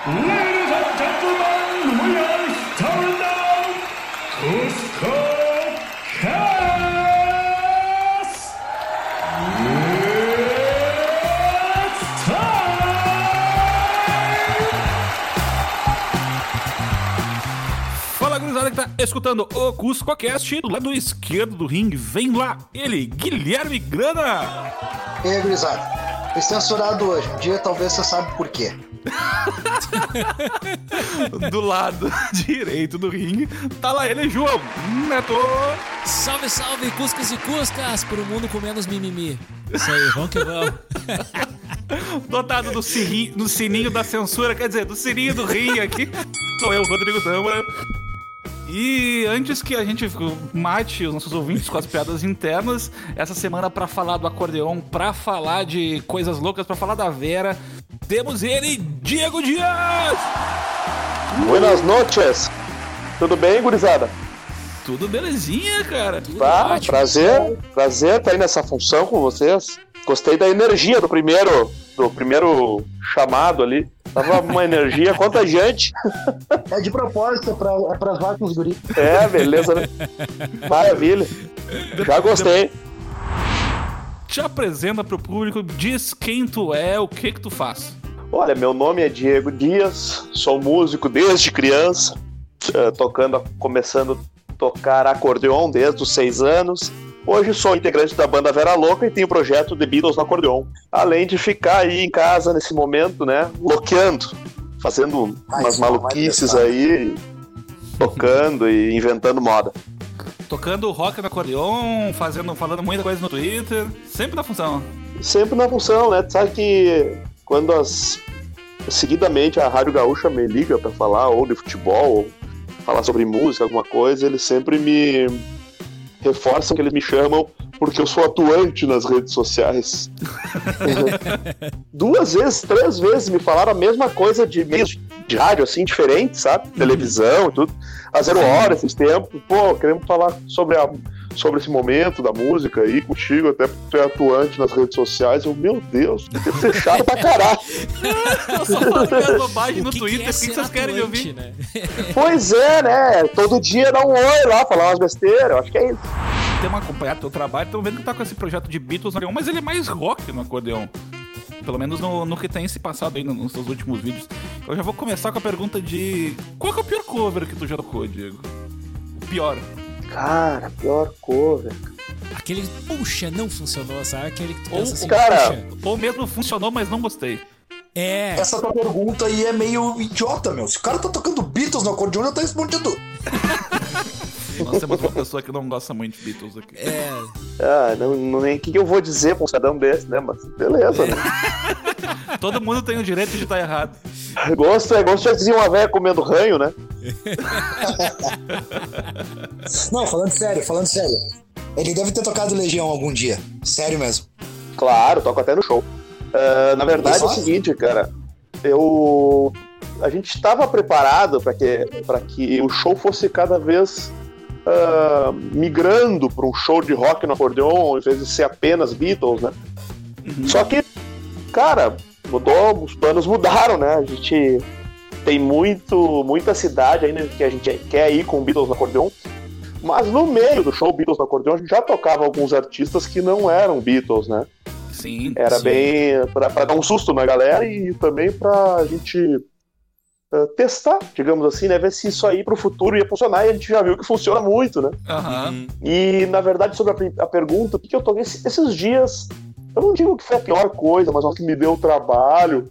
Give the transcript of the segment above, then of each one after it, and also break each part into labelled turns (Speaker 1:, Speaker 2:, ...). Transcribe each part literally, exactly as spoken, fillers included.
Speaker 1: Ladies and gentlemen, we are starting now Cusco Cast! It's time!
Speaker 2: Fala, gurizada que tá escutando o Cusco Cast. Do lado esquerdo do ringue vem lá ele, Guilherme Grana.
Speaker 3: E aí, gurizada? Fui censurado hoje. Um dia talvez você sabe por quê.
Speaker 2: Do lado direito do ringue tá lá ele, João Neto.
Speaker 4: Salve, salve, Cuscas e Cuscas, pro mundo com menos mimimi. Isso aí, vamos que vamos.
Speaker 2: Dotado do sininho, do sininho da censura, quer dizer, do sininho do ringue aqui, sou eu, Rodrigo Tâmara. E antes que a gente mate os nossos ouvintes com as piadas internas, essa semana pra falar do acordeon, pra falar de coisas loucas, pra falar da Vera, temos ele, Diego Dias!
Speaker 5: Buenas noches! Tudo bem, gurizada?
Speaker 2: Tudo belezinha, cara.
Speaker 4: Tudo
Speaker 5: Tá,
Speaker 4: ótimo.
Speaker 5: prazer, prazer estar aí nessa função com vocês. Gostei da energia do primeiro, do primeiro chamado ali. Tava uma energia contagiante.
Speaker 3: É de propósito, é pra, é pra zoar com os guris.
Speaker 5: É, beleza, né? Maravilha. Já gostei.
Speaker 2: Te apresenta pro público, diz quem tu é, o que que tu faz.
Speaker 5: Olha, meu nome é Diego Dias, sou músico desde criança, eh, tocando, começando a tocar acordeon desde os seis anos. Hoje sou integrante da banda Vera Louca e tenho o projeto The Beatles no acordeon. Além de ficar aí em casa nesse momento, né, loqueando, fazendo
Speaker 3: Ai,
Speaker 5: umas
Speaker 3: só
Speaker 5: maluquices
Speaker 3: vai
Speaker 5: aí, tocando e inventando moda.
Speaker 2: Tocando rock no acordeon, fazendo, falando muita coisa no Twitter, sempre na função.
Speaker 5: Sempre na função, né? Tu sabe que quando as... seguidamente a Rádio Gaúcha me liga pra falar ou de futebol, ou falar sobre música, alguma coisa, eles sempre me reforçam que eles me chamam porque eu sou atuante nas redes sociais. Duas vezes, três vezes me falaram a mesma coisa de meios de rádio, assim, diferentes, sabe? Televisão e tudo. A Zero Hora, esses tempos. Pô, queremos falar sobre, a, sobre esse momento da música aí contigo, até porque tu é atuante nas redes sociais. Eu, meu Deus, deve ser chato pra caralho.
Speaker 2: Eu só falo minhas bobagens no
Speaker 4: O que
Speaker 2: Twitter,
Speaker 4: que é
Speaker 2: o que, que
Speaker 4: ser
Speaker 2: vocês querem me
Speaker 4: atuante,
Speaker 2: ouvir?
Speaker 4: né?
Speaker 5: Pois é, né? Todo dia dá um oi lá, falar umas besteiras. Eu acho que é isso.
Speaker 2: Tem uma acompanhado teu trabalho, estão vendo que tá com esse projeto de Beatles no acordeon, mas ele é mais rock no acordeon. Pelo menos no, no que tem se passado aí nos seus últimos vídeos. Eu já vou começar com a pergunta de... Qual que é o pior cover que tu já tocou, Diego? O pior.
Speaker 5: Cara, pior cover.
Speaker 4: Aquele, puxa, não funcionou, sabe? Aquele que tu
Speaker 2: Ou,
Speaker 4: pensa assim,
Speaker 5: cara,
Speaker 4: puxa.
Speaker 2: ou mesmo funcionou, mas não gostei.
Speaker 4: É,
Speaker 3: Essa tua pergunta aí é meio idiota, meu. Se o cara tá tocando Beatles no acordeon, já tá respondido.
Speaker 2: Nós temos uma pessoa que não gosta muito de Beatles aqui.
Speaker 4: é.
Speaker 5: Ah, não, não nem o que, que eu vou dizer pra um cidadão desse, né? Mas beleza, né?
Speaker 2: Todo mundo tem o direito de estar errado.
Speaker 5: Gosto é gosto de dizer uma velha comendo ranho, né?
Speaker 3: Não, falando sério, falando sério. Ele deve ter tocado Legião algum dia. Sério mesmo.
Speaker 5: Claro, toco até no show. Ah, na verdade é o
Speaker 3: Exato.
Speaker 5: seguinte, cara. Eu... A gente estava preparado para que, para que o show fosse cada vez ah, migrando para um show de rock no acordeon, em vez de ser apenas Beatles, né?
Speaker 2: Uhum.
Speaker 5: Só que, cara, mudou, os planos mudaram, né? A gente tem muito, muita cidade ainda que a gente quer ir com Beatles no acordeon, mas no meio do show Beatles no acordeon a gente já tocava alguns artistas que não eram Beatles, né?
Speaker 2: Sim.
Speaker 5: Era
Speaker 4: Sim.
Speaker 5: bem pra, pra dar um susto na galera e também pra gente uh, testar, digamos assim, né? Ver se isso aí pro futuro ia funcionar, e a gente já viu que funciona muito, né?
Speaker 2: Aham.
Speaker 5: E, na verdade, sobre a, pri- a pergunta, o que, que eu toquei esses, esses dias, eu não digo que foi a pior coisa, mas o que me deu trabalho,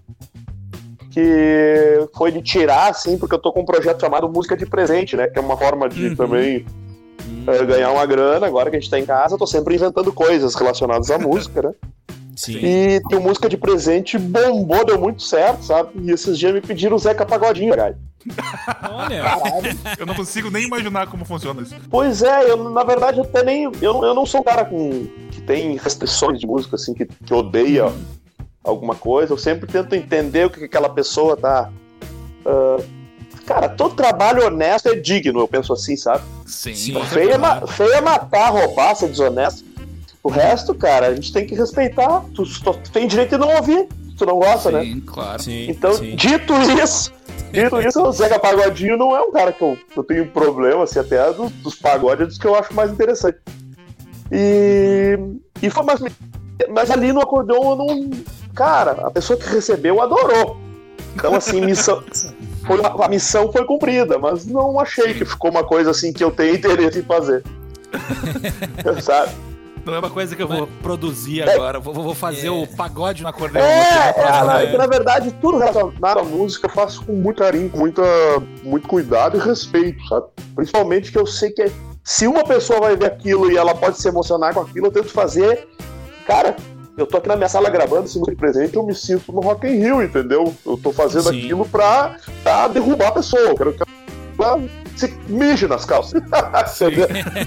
Speaker 5: que foi de tirar, assim, porque eu tô com um projeto chamado Música de Presente, né? Que é uma forma de
Speaker 2: Uhum.
Speaker 5: também uh, ganhar uma grana. Agora que a gente tá em casa, eu tô sempre inventando coisas relacionadas à música, né?
Speaker 4: Sim.
Speaker 5: E tem música de presente, bombou, deu muito certo, sabe? E esses dias me pediram o Zeca Pagodinho, cara.
Speaker 4: Olha,
Speaker 2: Eu não consigo nem imaginar como funciona isso.
Speaker 5: Pois é, eu, na verdade, eu até nem. Eu, eu não sou um cara com, que tem restrições de música, assim, que, que odeia alguma coisa. Eu sempre tento entender o que aquela pessoa tá. ah, cara, todo trabalho honesto é digno, eu penso assim, sabe?
Speaker 2: Sim.
Speaker 4: Sim.
Speaker 2: com
Speaker 5: Feio é, ma- feio é matar, roubar, ser desonesto. O resto, cara, a gente tem que respeitar. Tu, tu tem direito de não ouvir. Tu não gosta, né?
Speaker 2: Sim, claro.
Speaker 4: Sim,
Speaker 5: Então,
Speaker 4: sim.
Speaker 5: dito isso, dito isso, o Zeca Pagodinho não é um cara que eu, eu tenho problema, assim, até dos, dos pagodes dos que eu acho mais interessante. E, e foi mais. Mas ali no acordeon eu não. Cara, a pessoa que recebeu adorou. Então, assim, missão, foi, a missão foi cumprida, mas não achei que ficou uma coisa assim que eu tenho interesse em fazer. Sabe?
Speaker 2: Não é uma coisa que eu vou produzir agora. Vou, vou fazer
Speaker 4: É.
Speaker 2: o pagode na acordeon.
Speaker 5: É, é,
Speaker 2: é,
Speaker 5: é, que na verdade tudo relacionado à música eu faço com muito carinho, com muita, muito cuidado e respeito, sabe? Principalmente que eu sei que se uma pessoa vai ver aquilo e ela pode se emocionar com aquilo, eu tento fazer. Cara, eu tô aqui na minha sala gravando esse músico presente, eu me sinto no Rock in Rio, entendeu? Eu tô fazendo
Speaker 4: Sim.
Speaker 5: aquilo pra, pra derrubar a pessoa. Eu quero que ela se mije nas calças. Entendeu?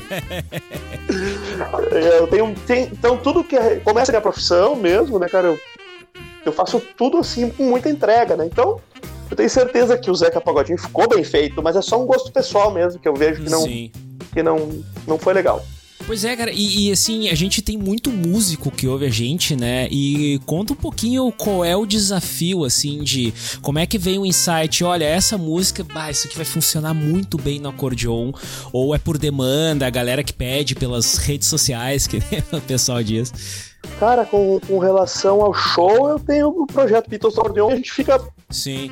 Speaker 5: Eu tenho, tem, então tudo que é, começa a minha profissão mesmo, né, cara, eu, eu faço tudo assim com muita entrega, né, então eu tenho certeza que o Zeca Pagodinho ficou bem feito, mas é só um gosto pessoal mesmo, que eu vejo que não,
Speaker 4: Sim.
Speaker 5: que não, não foi legal.
Speaker 4: Pois é, cara, e, e assim, a gente tem muito músico que ouve a gente, né, e conta um pouquinho qual é o desafio, assim, de como é que vem o insight, olha, essa música, bah, isso aqui vai funcionar muito bem no acordeon, ou é por demanda, a galera que pede pelas redes sociais, que o pessoal diz.
Speaker 5: Cara, com, com relação ao show, eu tenho o projeto Beatles Acordeon, a gente fica...
Speaker 4: Sim.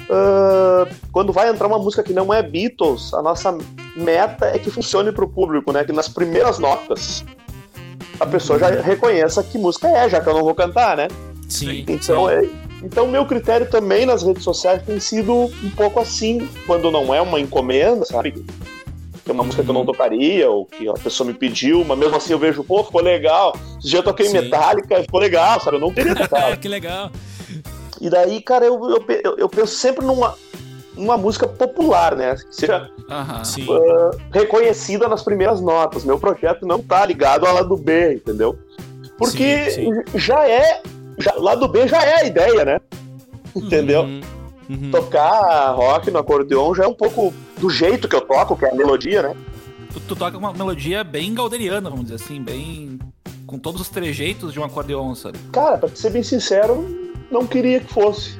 Speaker 5: Uh, quando vai entrar uma música que não é Beatles, a nossa meta é que funcione pro público, né? Que nas primeiras notas a pessoa já reconheça que música é, já que eu não vou cantar, né?
Speaker 4: Sim.
Speaker 5: Então, é, então meu critério também nas redes sociais tem sido um pouco assim, quando não é uma encomenda, sabe? Que é uma música que eu não tocaria, ou que a pessoa me pediu, mas mesmo assim eu vejo, pô, ficou legal. Esse dia eu toquei
Speaker 4: Sim.
Speaker 5: Metallica, ficou legal, sabe? Eu não teria tocado.
Speaker 4: Que legal.
Speaker 5: E daí, cara, eu, eu, eu penso sempre numa, numa música popular, né? Que seja
Speaker 2: Aham.
Speaker 4: Sim.
Speaker 5: uh, reconhecida nas primeiras notas. Meu projeto não tá ligado ao lado B, entendeu? Porque
Speaker 4: Sim, sim.
Speaker 5: já é... Já, lado B já é a ideia, né? Entendeu?
Speaker 4: Uhum. Uhum.
Speaker 5: Tocar rock no acordeon já é um pouco do jeito que eu toco, que é a melodia, né?
Speaker 2: Tu, tu toca uma melodia bem galderiana, vamos dizer assim, bem... com todos os trejeitos de um acordeon, sabe?
Speaker 5: Cara, pra ser bem sincero, não queria que fosse.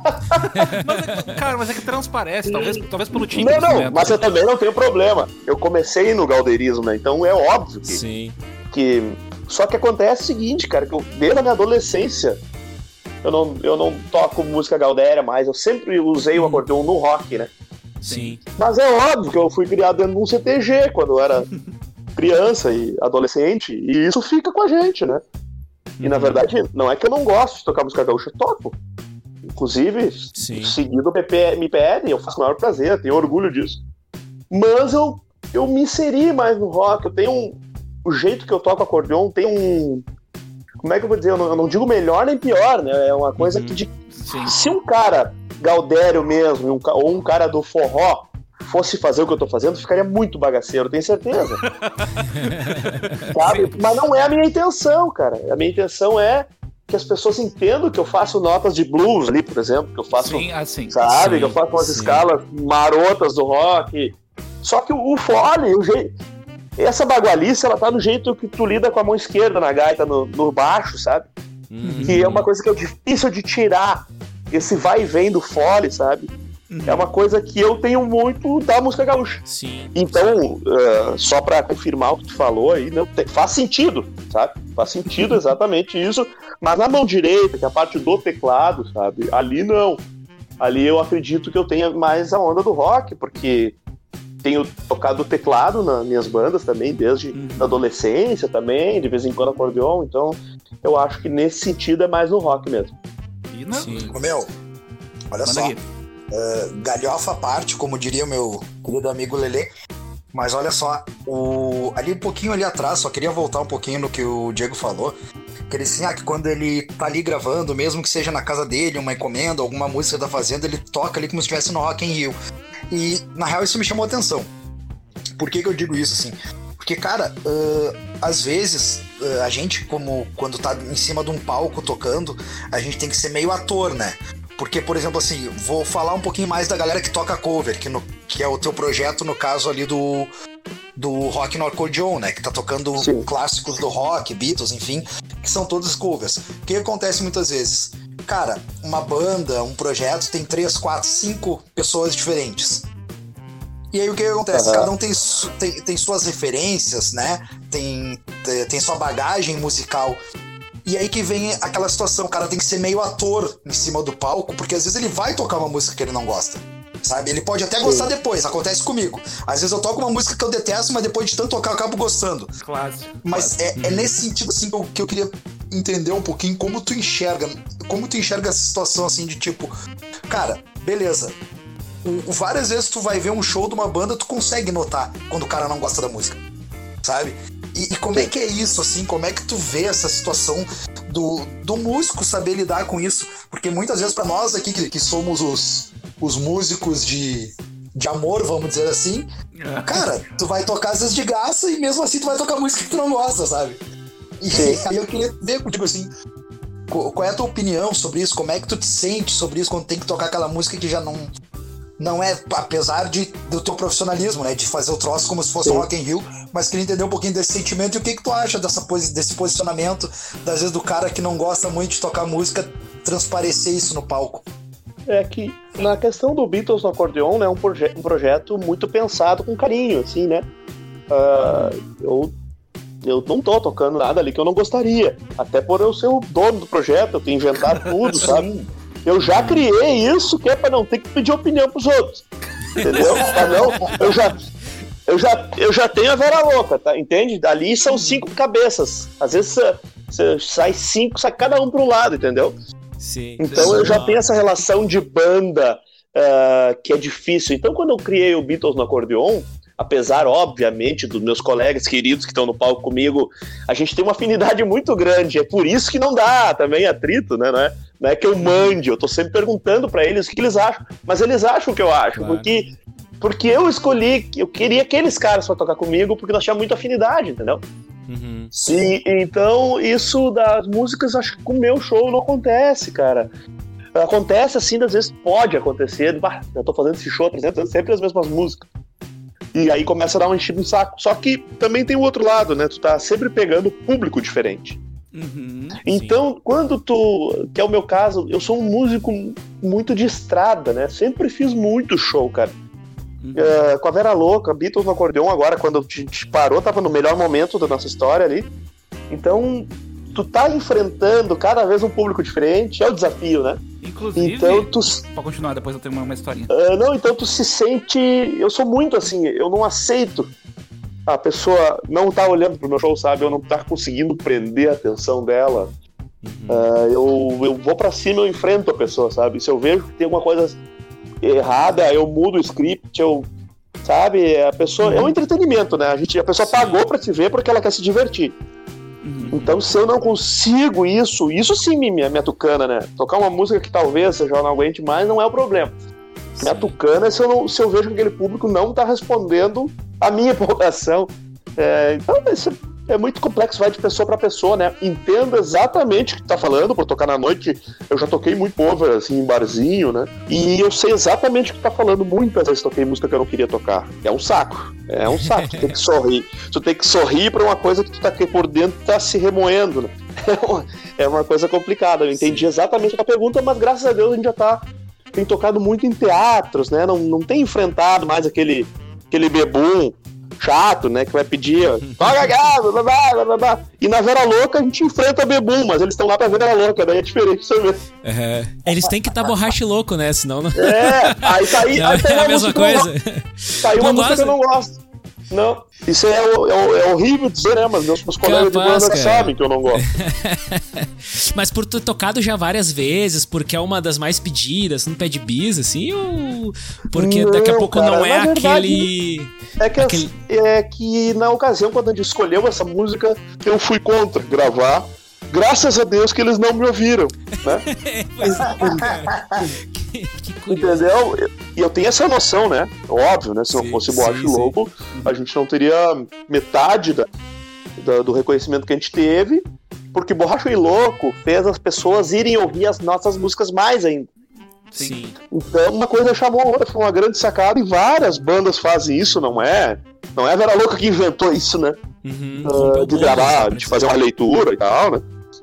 Speaker 2: Mas é, cara, mas é que transparece, talvez, talvez pelo timbre
Speaker 5: Não,
Speaker 2: do
Speaker 5: não,
Speaker 2: instrumento.
Speaker 5: mas eu também não tenho problema. Eu comecei no galdeirismo, né? Então é óbvio que...
Speaker 4: Sim.
Speaker 5: que... Só que acontece o seguinte, cara, que eu, desde a minha adolescência, eu não, eu não toco música gaudéria mais, eu sempre usei o acordeon no rock, né?
Speaker 4: Sim.
Speaker 5: Mas é óbvio que eu fui criado dentro de um C T G quando eu era criança e adolescente, e isso fica com a gente, né? E na verdade, não é que eu não gosto de tocar música gaúcha, eu toco. Inclusive,
Speaker 4: Sim.
Speaker 5: seguido me pedem, eu faço com o maior prazer, tenho orgulho disso. Mas eu, eu me inseri mais no rock, eu tenho um... O jeito que eu toco acordeon tem um... Como é que eu vou dizer? Eu não, eu não digo melhor nem pior, né? É uma coisa
Speaker 4: Uhum.
Speaker 5: que... De,
Speaker 2: Sim.
Speaker 5: se um cara gaudério mesmo, um, ou um cara do forró, fosse fazer o que eu tô fazendo, ficaria muito bagaceiro, tenho certeza. Sabe? Mas não é a minha intenção, cara. A minha intenção é que as pessoas entendam que eu faço notas de blues ali, por exemplo, que eu faço...
Speaker 2: Sim, assim.
Speaker 5: Sabe?
Speaker 4: Sim,
Speaker 5: que eu faço umas
Speaker 4: sim.
Speaker 5: escalas marotas do rock. Só que o, o fole, o jeito... Essa bagualice, ela tá no jeito que tu lida com a mão esquerda na gaita, no, no baixo, sabe?
Speaker 4: Uhum.
Speaker 5: Que é uma coisa que é difícil de tirar. Esse vai e vem do fole, sabe?
Speaker 2: Uhum.
Speaker 5: É uma coisa que eu tenho muito da música gaúcha.
Speaker 4: Sim.
Speaker 5: Então, uh, só pra confirmar o que tu falou aí, não, tem- faz sentido, sabe? Faz sentido exatamente isso. Mas na mão direita, que é a parte do teclado, sabe? Ali não. Ali eu acredito que eu tenha mais a onda do rock, porque tenho tocado teclado nas minhas bandas também, desde
Speaker 2: Uhum.
Speaker 5: a adolescência também, de vez em quando acordeon, então eu acho que nesse sentido é mais no rock mesmo.
Speaker 2: E não,
Speaker 4: Sim.
Speaker 3: Ô, meu, olha
Speaker 2: manda
Speaker 3: só.
Speaker 2: aqui.
Speaker 3: Uh, galhofa à parte, como diria o meu querido amigo Lelê. Mas olha só, o... ali um pouquinho ali atrás, só queria voltar um pouquinho no que o Diego falou. Que ele assim, ah, que quando ele tá ali gravando, mesmo que seja na casa dele, uma encomenda, alguma música que tá fazendo, ele toca ali como se estivesse no Rock in Rio. E, na real, isso me chamou a atenção. Por que que eu digo isso, assim? Porque, cara, uh, às vezes, uh, a gente, como quando tá em cima de um palco tocando, a gente tem que ser meio ator, né? Porque, por exemplo, assim, vou falar um pouquinho mais da galera que toca cover, que, no, que é o teu projeto, no caso ali do, do rock no acordeon, né? Que tá tocando
Speaker 5: Sim.
Speaker 3: clássicos do rock, Beatles, enfim, que são todos covers. O que acontece muitas vezes? cara, uma banda, um projeto tem três, quatro, cinco pessoas diferentes. E aí o que acontece? Uhum. Cada um tem, tem, tem suas referências, né? Tem, tem sua bagagem musical. E aí que vem aquela situação, o cara tem que ser meio ator em cima do palco, porque às vezes ele vai tocar uma música que ele não gosta, sabe? Ele pode até gostar depois, acontece comigo. Às vezes eu toco uma música que eu detesto, mas depois de tanto tocar eu acabo gostando.
Speaker 2: Clássico.
Speaker 3: Mas
Speaker 2: clássico.
Speaker 3: É, é nesse sentido, assim, que eu, que eu queria entender um pouquinho como tu enxerga, como tu enxerga essa situação, assim, de tipo, cara, beleza, o, o, várias vezes tu vai ver um show de uma banda, tu consegue notar quando o cara não gosta da música, sabe? E, e como é que é isso, assim? Como é que tu vê essa situação do, do músico saber lidar com isso? Porque muitas vezes pra nós aqui, que, que somos os, os músicos de, de amor, vamos dizer assim, cara, tu vai tocar às vezes de graça e mesmo assim tu vai tocar música que tu não gosta, sabe? E aí eu queria ver contigo, assim, qual é a tua opinião sobre isso? Como é que tu te sente sobre isso quando tem que tocar aquela música que já não... Não é, apesar de, do teu profissionalismo, né? De fazer o troço como se fosse Sim. um Rock in Rio, mas queria entender um pouquinho desse sentimento e o que que tu acha dessa, desse posicionamento, das vezes do cara que não gosta muito de tocar música, transparecer isso no palco.
Speaker 5: É que, na questão do Beatles no acordeon, né? É um, proje- um projeto muito pensado com carinho, assim, né? Uh, eu, eu não tô tocando nada ali que eu não gostaria. Até por eu ser o dono do projeto, eu tenho que inventar tudo, sabe? Eu já criei isso que é pra não ter que pedir opinião pros outros. Entendeu? Pra não, eu, já, eu, já, eu já tenho a Vera Louca, tá? Entende? Dali são cinco cabeças. Às vezes você sai cinco, sai cada um pro lado, entendeu?
Speaker 4: Sim.
Speaker 5: Então eu já tenho essa relação de banda uh, que é difícil. Então quando eu criei o Beatles no acordeon, apesar, obviamente, dos meus colegas queridos que estão no palco comigo, a gente tem uma afinidade muito grande. É por isso que não dá também atrito, né? Não é, não é que eu mande, eu tô sempre perguntando pra eles o que, que eles acham. Mas eles acham o que eu acho, claro. porque, porque eu escolhi, eu queria aqueles caras pra tocar comigo, porque nós tínhamos muita afinidade, entendeu?
Speaker 4: Uhum.
Speaker 5: E, então, isso das músicas, acho que com o meu show não acontece, cara. Acontece assim, às vezes pode acontecer. Bah, eu tô fazendo esse show, apresentando sempre as mesmas músicas. E aí começa a dar um enchido no saco. Só que também tem o outro lado, né? Tu tá sempre pegando público diferente.
Speaker 2: Uhum,
Speaker 5: então, sim. Quando tu... Que é o meu caso, eu sou um músico muito de estrada, né? Sempre fiz muito show, cara. Uhum. Uh, com a Vera Louca, Beatles no acordeon agora, quando a gente parou, tava no melhor momento da nossa história ali. Então, tu tá enfrentando cada vez um público diferente, é o desafio, né?
Speaker 2: Inclusive,
Speaker 5: então, tu...
Speaker 2: pode continuar, depois eu tenho uma, uma historinha.
Speaker 5: Uh, não, então tu se sente... Eu sou muito assim, eu não aceito a pessoa não tá olhando pro meu show, sabe? Eu não tá conseguindo prender a atenção dela. Uhum. Uh, eu, eu vou pra cima, eu enfrento a pessoa, sabe? Se eu vejo que tem alguma coisa errada, eu mudo o script, eu... Sabe? A pessoa... Uhum. É um entretenimento, né? A, gente, a pessoa Sim. pagou pra te ver porque ela quer se divertir. Uhum. Então, se eu não consigo isso, isso sim me, me atucana, né? Tocar uma música que talvez eu já não aguente mais não é o problema. Sim. Me atucana é se eu, não, se eu vejo que aquele público não tá respondendo a minha empolgação. É, então, isso é muito complexo, vai de pessoa pra pessoa, né? Entendo exatamente o que tu tá falando, por tocar na noite. Eu já toquei muito cover, assim, em barzinho, né? E eu sei exatamente o que tu tá falando. Muitas vezes toquei música que eu não queria tocar. É um saco. É um saco. Tu tem que sorrir. Tu tem que sorrir pra uma coisa que tu tá aqui por dentro tá se remoendo, né? É uma coisa complicada. Eu entendi exatamente a tua pergunta, mas graças a Deus a gente já tá... Tem tocado muito em teatros, né? Não, não tem enfrentado mais aquele, aquele bebum chato, né? Que vai pedir, toca gado, blá, blá, blá, blá. E na Vera Louca a gente enfrenta bebum, mas eles estão lá pra Vera Louca, daí é diferente você vê.
Speaker 4: Uhum. Eles têm que estar tá borracha louco, né? Senão não.
Speaker 5: É, aí tá aí.
Speaker 4: Não,
Speaker 5: aí tá
Speaker 4: é a mesma coisa.
Speaker 5: Tá aí uma música que eu não gosto. Não, isso é, é, é horrível dizer, né? Mas meus, meus colegas
Speaker 4: Capaz,
Speaker 5: de banda sabem que eu não gosto.
Speaker 4: Mas por ter tocado já várias vezes, porque é uma das mais pedidas, não pede bis, assim, ou porque não, daqui a pouco cara, não é verdade, aquele...
Speaker 5: É que,
Speaker 4: aquele...
Speaker 5: é que na ocasião, quando a gente escolheu essa música, eu fui contra gravar. Graças a Deus que eles não me ouviram, né?
Speaker 4: que, que
Speaker 5: Entendeu? E eu tenho essa noção, né? Óbvio, né? Se sim, não fosse Borracha Louco, a gente não teria metade da, da, do reconhecimento que a gente teve, porque Borracha e Louco fez as pessoas irem ouvir as nossas músicas mais ainda.
Speaker 4: Sim.
Speaker 5: Então uma coisa chamou a outra, foi uma grande sacada, e várias bandas fazem isso, não é? Não é a Vera Louca que inventou isso, né?
Speaker 4: Uhum,
Speaker 5: uh, de gravar, de fazer uma leitura e tal, né?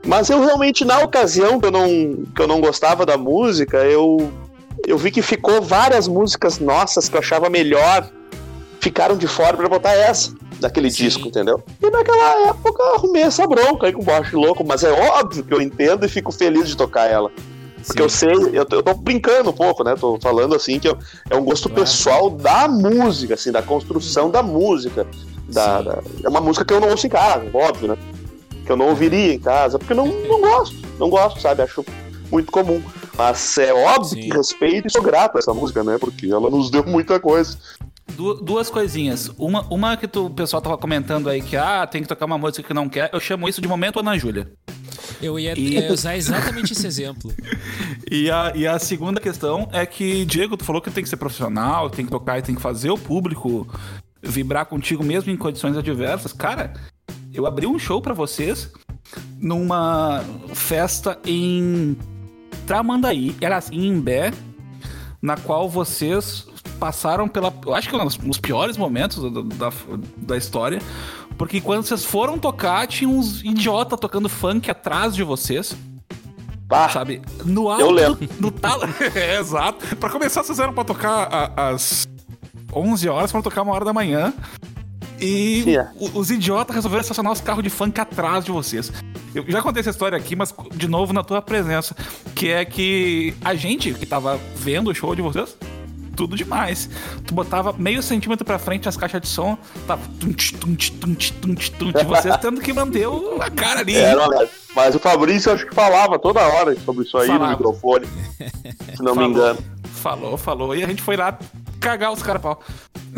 Speaker 5: Mas eu realmente, na ocasião que eu não, que eu não gostava da música, eu, eu vi que ficou várias músicas nossas que eu achava melhor, ficaram de fora pra botar essa, daquele Sim. disco, entendeu? E naquela época eu arrumei essa bronca aí com o Borracha Louco, mas é óbvio que eu entendo e fico feliz de tocar ela. Porque Sim. eu sei, eu tô, eu tô brincando um pouco, né? Tô falando assim que eu, é um gosto claro. pessoal da música, assim, da construção da música. Da, da, é uma música que eu não ouço em casa, óbvio, né? Que eu não ouviria em casa, porque não, não gosto, não gosto, sabe? Acho muito comum. Mas é óbvio Sim. que respeito e sou grato a essa música, né? Porque ela nos deu muita coisa.
Speaker 2: Du- duas coisinhas. Uma, uma que tu, o pessoal tava comentando aí que ah, tem que tocar uma música que não quer. Eu chamo isso de momento Ana Júlia.
Speaker 4: Eu ia,
Speaker 2: e...
Speaker 4: ia usar exatamente esse exemplo.
Speaker 2: E a, e a segunda questão é que, Diego, tu falou que tem que ser profissional, tem que tocar e tem que fazer o público vibrar contigo mesmo em condições adversas. Cara, eu abri um show pra vocês numa festa em Tramandaí, era assim, em Imbé, na qual vocês passaram pela... Eu acho que um dos piores momentos da, da, da história, porque quando vocês foram tocar, tinha uns idiotas tocando funk atrás de vocês.
Speaker 5: Bah,
Speaker 2: sabe? No alto,
Speaker 5: eu lembro.
Speaker 2: No talo. É, exato. Pra começar, vocês eram pra tocar às onze horas, foram tocar uma hora da manhã. E yeah. os idiotas resolveram estacionar os carros de funk atrás de vocês. Eu já contei essa história aqui, mas de novo na tua presença. Que é que a gente que tava vendo o show de vocês, tudo demais. Tu botava meio centímetro pra frente as caixas de som, tava tunt, tunt, tunt, tunt, tunt, vocês tendo que manter a cara ali.
Speaker 5: É, não, mas o Fabrício acho que falava toda hora sobre isso aí falava. No microfone, se não falou, me engano.
Speaker 2: Falou, falou. E a gente foi lá cagar os caras pau.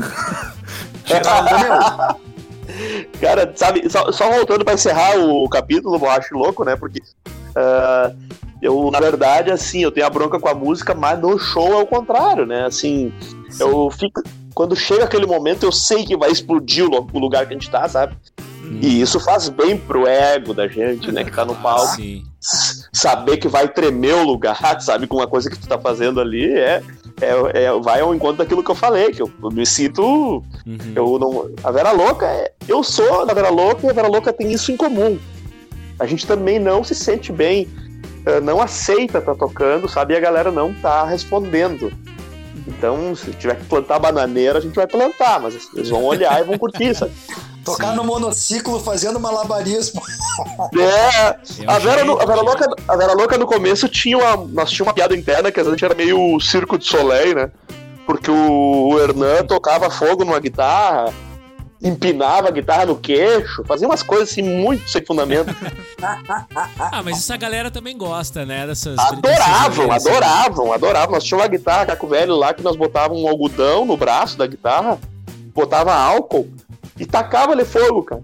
Speaker 5: Cara, sabe, só, só voltando pra encerrar o capítulo, eu acho louco, né? Porque uh, eu, na verdade, assim, eu tenho a bronca com a música, mas no show é o contrário, né? Assim, Sim. eu fico. Quando chega aquele momento, eu sei que vai explodir o, o lugar que a gente tá, sabe? Hum. E isso faz bem pro ego da gente, né? Que tá no palco. Sim. Saber que vai tremer o lugar, sabe? Com uma coisa que tu tá fazendo ali, é. É, é, vai ao encontro daquilo que eu falei, que eu, eu me sinto. Uhum. Eu não, a Vera Louca, é, eu sou da Vera Louca e a Vera Louca tem isso em comum. A gente também não se sente bem, não aceita tá tocando, sabe? E a galera não tá respondendo. Então, se tiver que plantar bananeira, a gente vai plantar, mas eles vão olhar e vão curtir, sabe?
Speaker 3: Tocar Sim. no monociclo fazendo malabarismo.
Speaker 5: É, a Vera, a, Vera Louca, a Vera Louca no começo tinha uma, nós tinha uma piada interna que a gente era meio Circo de Soleil, né? Porque o, o Hernan tocava fogo numa guitarra, empinava a guitarra no queixo, fazia umas coisas assim muito sem fundamento.
Speaker 4: Ah, mas isso a galera também gosta, né? Dessas
Speaker 5: adoravam, dessas adoravam, adoravam. Nós tínhamos uma guitarra, caco velho lá, que nós botávamos um algodão no braço da guitarra, botava álcool e tacava-lhe fogo, cara.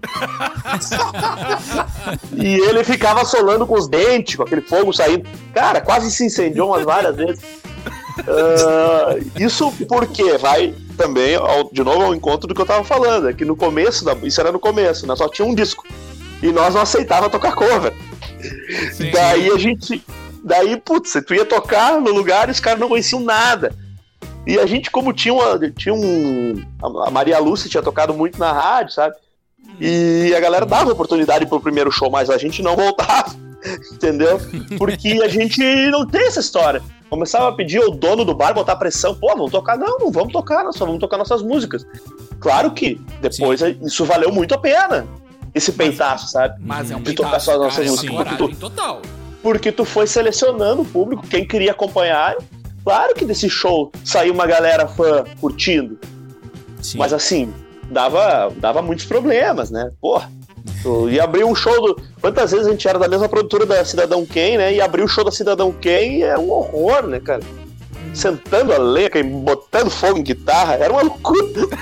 Speaker 5: E ele ficava solando com os dentes, com aquele fogo saindo. Cara, quase se incendiou umas várias vezes. Uh, isso porque vai também, ao, de novo, ao encontro do que eu tava falando. É que no começo, da, isso era no começo, né? Só tinha um disco. E nós não aceitava tocar cover. Sim. Daí a gente... Daí, putz, tu ia tocar no lugar e os caras não conheciam nada. E a gente, como tinha, uma, tinha um... A Maria Lúcia tinha tocado muito na rádio, sabe? E a galera dava oportunidade pro primeiro show, mas a gente não voltava, entendeu? Porque a gente não tem essa história. Começava a pedir ao dono do bar botar pressão. Pô, vamos tocar? Não, não vamos tocar, nós só vamos tocar nossas músicas. Claro que depois Sim. isso valeu muito a pena. Esse peitaço, sabe?
Speaker 2: Mas é um
Speaker 5: de tocar só as nossas
Speaker 2: cara,
Speaker 5: músicas.
Speaker 2: É um porque, tu, total.
Speaker 5: porque tu foi selecionando o público, quem queria acompanhar. Claro que desse show saiu uma galera fã curtindo. Sim. Mas assim, dava, dava muitos problemas, né? Porra. Tu ia abrir um show do... Quantas vezes a gente era da mesma produtora da Cidadão Kane, né? E abrir o show da Cidadão Kane é um horror, né, cara? Sentando a lenha, botando fogo em guitarra, era uma loucura.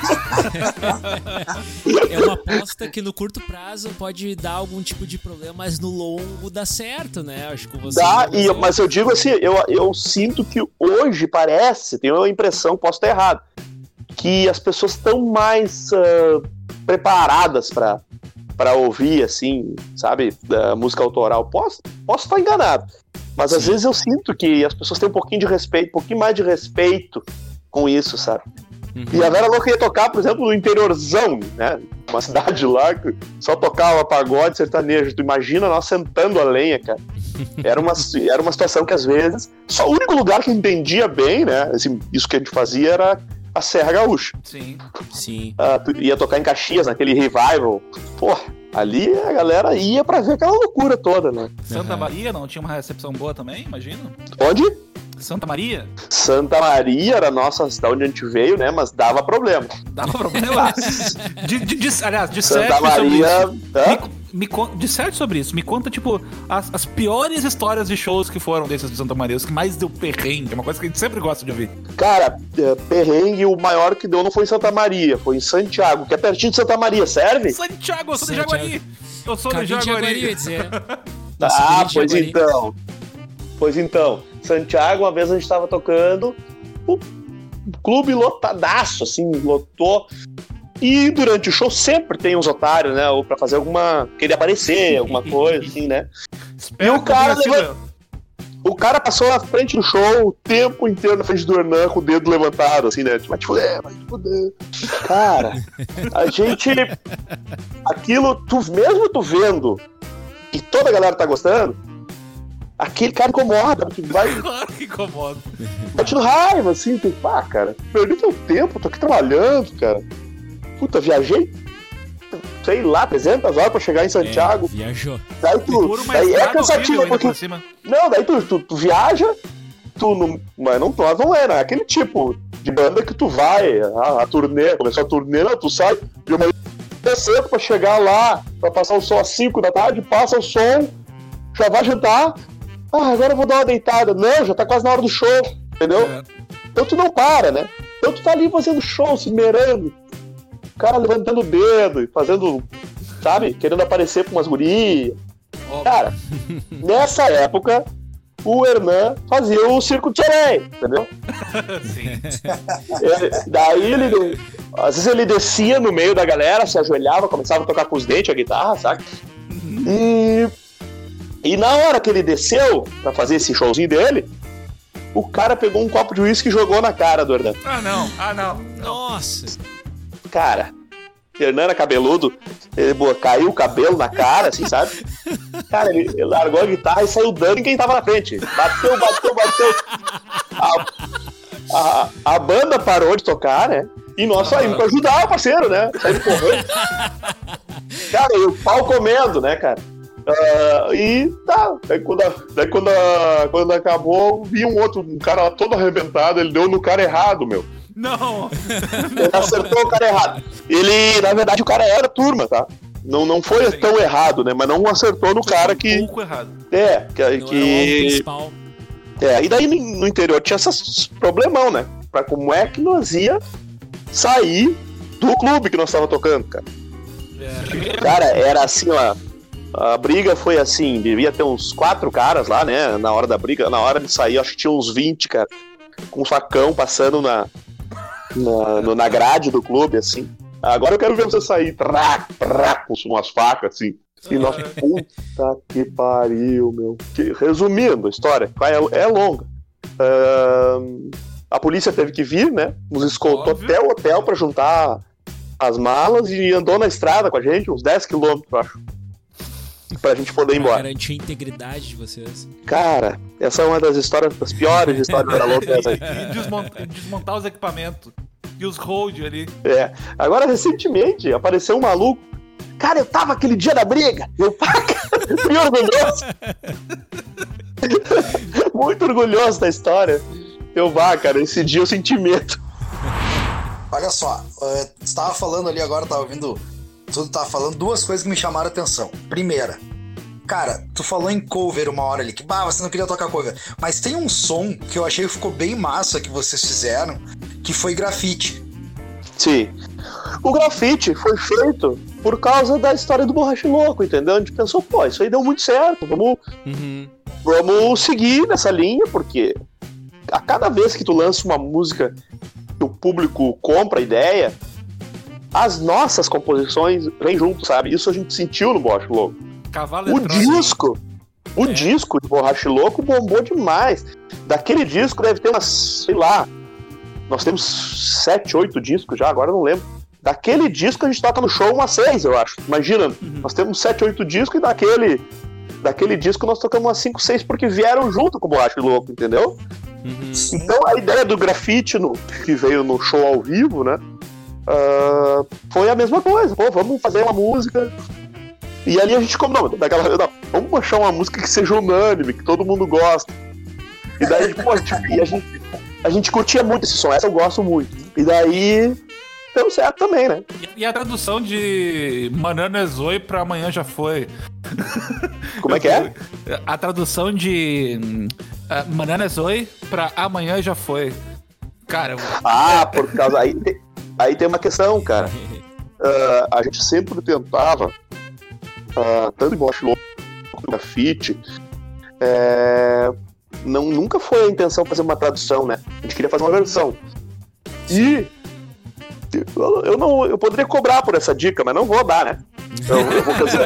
Speaker 4: É uma aposta que no curto prazo pode dar algum tipo de problema, mas no longo dá certo, né? Acho que você
Speaker 5: dá, e, mas eu digo assim, eu, eu sinto que hoje parece, tenho a impressão, posso estar errado, que as pessoas estão mais uh, preparadas para para ouvir, assim, sabe, da música autoral. Posso, posso estar enganado. Mas Sim. às vezes eu sinto que as pessoas têm um pouquinho de respeito, um pouquinho mais de respeito com isso, sabe?
Speaker 4: Uhum.
Speaker 5: E a Vera Louca ia tocar, por exemplo, no interiorzão, né? Uma cidade lá que só tocava pagode sertanejo. Tu imagina nós sentando a lenha, cara. Era uma, era uma situação que às vezes... Só o único lugar que entendia bem, né? Assim, isso que a gente fazia era a Serra Gaúcha.
Speaker 2: Sim.
Speaker 4: Sim.
Speaker 5: Ah, tu ia tocar em Caxias, naquele revival. Porra, ali a galera ia pra ver aquela loucura toda, né?
Speaker 2: Santa
Speaker 4: Uhum.
Speaker 2: Maria não tinha uma recepção boa também, imagino?
Speaker 5: Onde?
Speaker 2: Santa Maria?
Speaker 5: Santa Maria era a nossa cidade onde a gente veio, né? Mas dava problema.
Speaker 2: Dava problema? de, de, de, aliás, de
Speaker 5: Santa
Speaker 2: sobre
Speaker 5: Maria...
Speaker 2: isso.
Speaker 5: Hã?
Speaker 2: Me, me, con- disserte sobre isso. Me conta, tipo, as, as piores histórias de shows que foram desses de Santa Maria, os que mais deu perrengue, é uma coisa que a gente sempre gosta de ouvir.
Speaker 5: Cara, é, perrengue, o maior que deu não foi em Santa Maria, foi em Santiago, que é pertinho de Santa Maria, serve?
Speaker 2: Santiago, eu sou de
Speaker 4: Santiago.
Speaker 2: Jaguari. Eu sou de
Speaker 4: Cabinho de Jaguari, eu ia
Speaker 2: Jaguari.
Speaker 4: dizer. Nossa,
Speaker 5: Ah,
Speaker 4: cabinho de
Speaker 5: pois
Speaker 4: Jaguari.
Speaker 5: então. Pois então, Santiago, uma vez a gente tava tocando, o clube lotadaço, assim, lotou. E durante o show sempre tem uns otários, né? Ou pra fazer alguma. Querer aparecer, alguma coisa, assim, né?
Speaker 2: Espero
Speaker 5: E o cara
Speaker 2: que tenha sido
Speaker 5: leva- O cara passou na frente do show o tempo inteiro na frente do Hernan com o dedo levantado, assim, né? Tipo, vai te fuder, vai te fuder. Cara, a gente. Aquilo, tu, mesmo tu vendo e toda a galera tá gostando, aquele cara incomoda, porque vai
Speaker 2: Claro que incomoda.
Speaker 5: bate raiva, assim, tu, pá, cara, perdi teu tempo, tô aqui trabalhando, cara. Puta, viajei, sei lá, trezentas horas pra chegar em Santiago.
Speaker 4: É, viajou.
Speaker 5: Daí tu.
Speaker 2: Por uma
Speaker 5: Daí é
Speaker 2: estrada
Speaker 5: cansativo,
Speaker 2: horrível ainda
Speaker 5: porque.
Speaker 2: por cima.
Speaker 5: Não, daí tu, tu, tu viaja, tu não. Mas não, nós não é, né? Aquele tipo de banda que tu vai, a, a turnê, começou a turnê, não, tu sai de uma cedo pra chegar lá, pra passar o som às cinco da tarde, passa o som, já vai jantar. Ah, agora eu vou dar uma deitada. Não, já tá quase na hora do show, entendeu?
Speaker 2: É.
Speaker 5: Então tu não para, né? Então tu tá ali fazendo show, se esmerando. O cara levantando o dedo e fazendo, sabe, querendo aparecer com umas gurias.
Speaker 2: Óbvio.
Speaker 5: Cara, nessa época, o Hernan fazia o Circo de Soleil, entendeu?
Speaker 2: Sim.
Speaker 5: Ele- daí ele, às vezes ele descia no meio da galera, se ajoelhava, começava a tocar com os dentes a guitarra, sabe? E, e na hora que ele desceu pra fazer esse showzinho dele, o cara pegou um copo de uísque e jogou na cara do Hernan.
Speaker 2: Ah, não. Ah, não.
Speaker 4: Nossa.
Speaker 5: Cara, Hernan era cabeludo, ele boa, caiu o cabelo na cara, assim, sabe? Cara, ele, ele largou a guitarra e saiu dando em quem tava na frente. Bateu, bateu, bateu. A, a, a banda parou de tocar, né? E nós saímos pra ajudar o parceiro, né? Saímos correndo. Cara, e o pau comendo, né, cara? Ah, e tá. Daí quando, a- daí quando, a- quando acabou, vi um outro, um cara lá todo arrebentado, ele deu no cara errado, meu.
Speaker 2: Não.
Speaker 5: Ele acertou o cara errado. Ele, na verdade, o cara era turma, tá? Não, não foi
Speaker 2: Sim.
Speaker 5: tão errado, né? Mas não acertou no cara
Speaker 2: Um
Speaker 5: que.
Speaker 2: pouco errado.
Speaker 5: É, que.
Speaker 4: Não era o alvo
Speaker 5: que
Speaker 4: principal.
Speaker 5: é, e daí no no interior tinha esses problemão, né? Pra como é que nós ia sair do clube que nós tava tocando, cara.
Speaker 2: É.
Speaker 5: Cara, era assim, ó. A briga foi assim, devia ter uns quatro caras lá, né? Na hora da briga, na hora de sair, acho que tinha uns vinte, cara. Com um facão passando na, na, no- na grade do clube, assim. Agora eu quero ver você sair, trá, trá, com umas facas, assim. E nós, puta que pariu, meu. Que- resumindo a história, é, é longa. Ahn, a polícia teve que vir, né? Nos escoltou
Speaker 2: Óbvio.
Speaker 5: até o hotel pra juntar as malas e andou na estrada com a gente, uns dez quilômetros, eu acho. Pra gente poder ir
Speaker 4: Pra
Speaker 5: embora.
Speaker 4: garantir a integridade de vocês.
Speaker 5: Cara, essa é uma das histórias, das piores histórias da louca essa aí.
Speaker 2: E desmontar, desmontar os equipamentos. E os hold ali.
Speaker 5: É. Agora, recentemente, apareceu um maluco. Cara, eu tava aquele dia da briga. Eu, pá, cara, fui orgulhoso. Muito orgulhoso da história. Eu, vá, cara, esse dia eu senti medo.
Speaker 3: Olha só, uh, você tava falando ali agora, tava ouvindo tudo, tava falando duas coisas que me chamaram a atenção. Primeira, cara, tu falou em cover uma hora ali, que bah, você não queria tocar cover, mas tem um som que eu achei que ficou bem massa que vocês fizeram, que foi grafite.
Speaker 5: Sim. O grafite foi feito por causa da história do Borracha Louco, entendeu? A gente pensou, pô, isso aí deu muito certo, vamos,
Speaker 4: Uhum.
Speaker 5: vamos seguir nessa linha, porque a cada vez que tu lança uma música que o público compra a ideia, as nossas composições vêm junto, sabe? Isso a gente sentiu no Borracha Louco.
Speaker 2: Cavalo
Speaker 5: O
Speaker 2: eletrônico.
Speaker 5: disco, o
Speaker 4: É.
Speaker 5: disco de Borracha Louco bombou demais. Daquele disco deve ter umas, sei lá, nós temos sete, oito discos já, agora eu não lembro. Daquele disco a gente toca no show umas seis, eu acho. Imagina, uhum. nós temos sete, oito discos e daquele, daquele disco nós tocamos umas cinco, seis porque vieram junto com o Borracha Louco, entendeu? Uhum. Então a ideia do grafite no, que veio no show ao vivo, né? Uh, foi a mesma coisa. Pô, vamos fazer uma música. E ali a gente combinou, daquela não, vamos achar uma música que seja unânime, que todo mundo gosta. E daí, pô, a gente, e a gente, a gente curtia muito esse som, essa eu gosto muito. E daí deu certo também, né?
Speaker 2: E a tradução de Manana Zoe pra Amanhã Já Foi?
Speaker 5: Como é que é?
Speaker 2: A tradução de uh, Manana Zoe pra Amanhã Já Foi. Cara, eu...
Speaker 5: Ah, por causa... Aí tem, aí tem uma questão, cara. Uh, a gente sempre tentava, uh, tanto em Borracha Louco quanto em grafite, é... Não, nunca foi a intenção fazer uma tradução, né? A gente queria fazer uma versão. E eu, não, eu poderia cobrar por essa dica, mas não vou dar, né? Eu, eu vou fazer.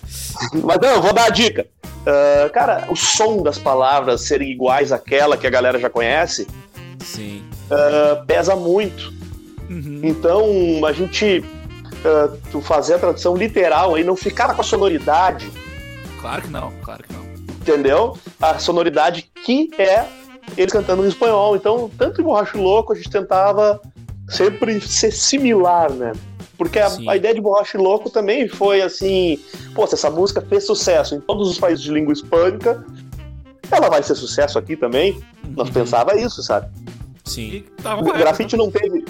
Speaker 5: Mas não, eu vou dar a dica. Uh, cara, o som das palavras serem iguais àquela que a galera já conhece,
Speaker 4: sim.
Speaker 5: Uh, pesa muito. Uhum. Então, a gente uh, tu fazer a tradução literal aí não ficava com a sonoridade.
Speaker 2: Claro que não, claro que não.
Speaker 5: Entendeu? A sonoridade que é eles cantando em espanhol. Então, tanto em Borracha Louco, a gente tentava sempre ser similar, né? Porque a, a ideia de Borracha Louco também foi assim, pô, se essa música fez sucesso em todos os países de língua hispânica, ela vai ser sucesso aqui também. Uhum. Nós pensava isso, sabe?
Speaker 4: Sim.
Speaker 5: O grafite não teve...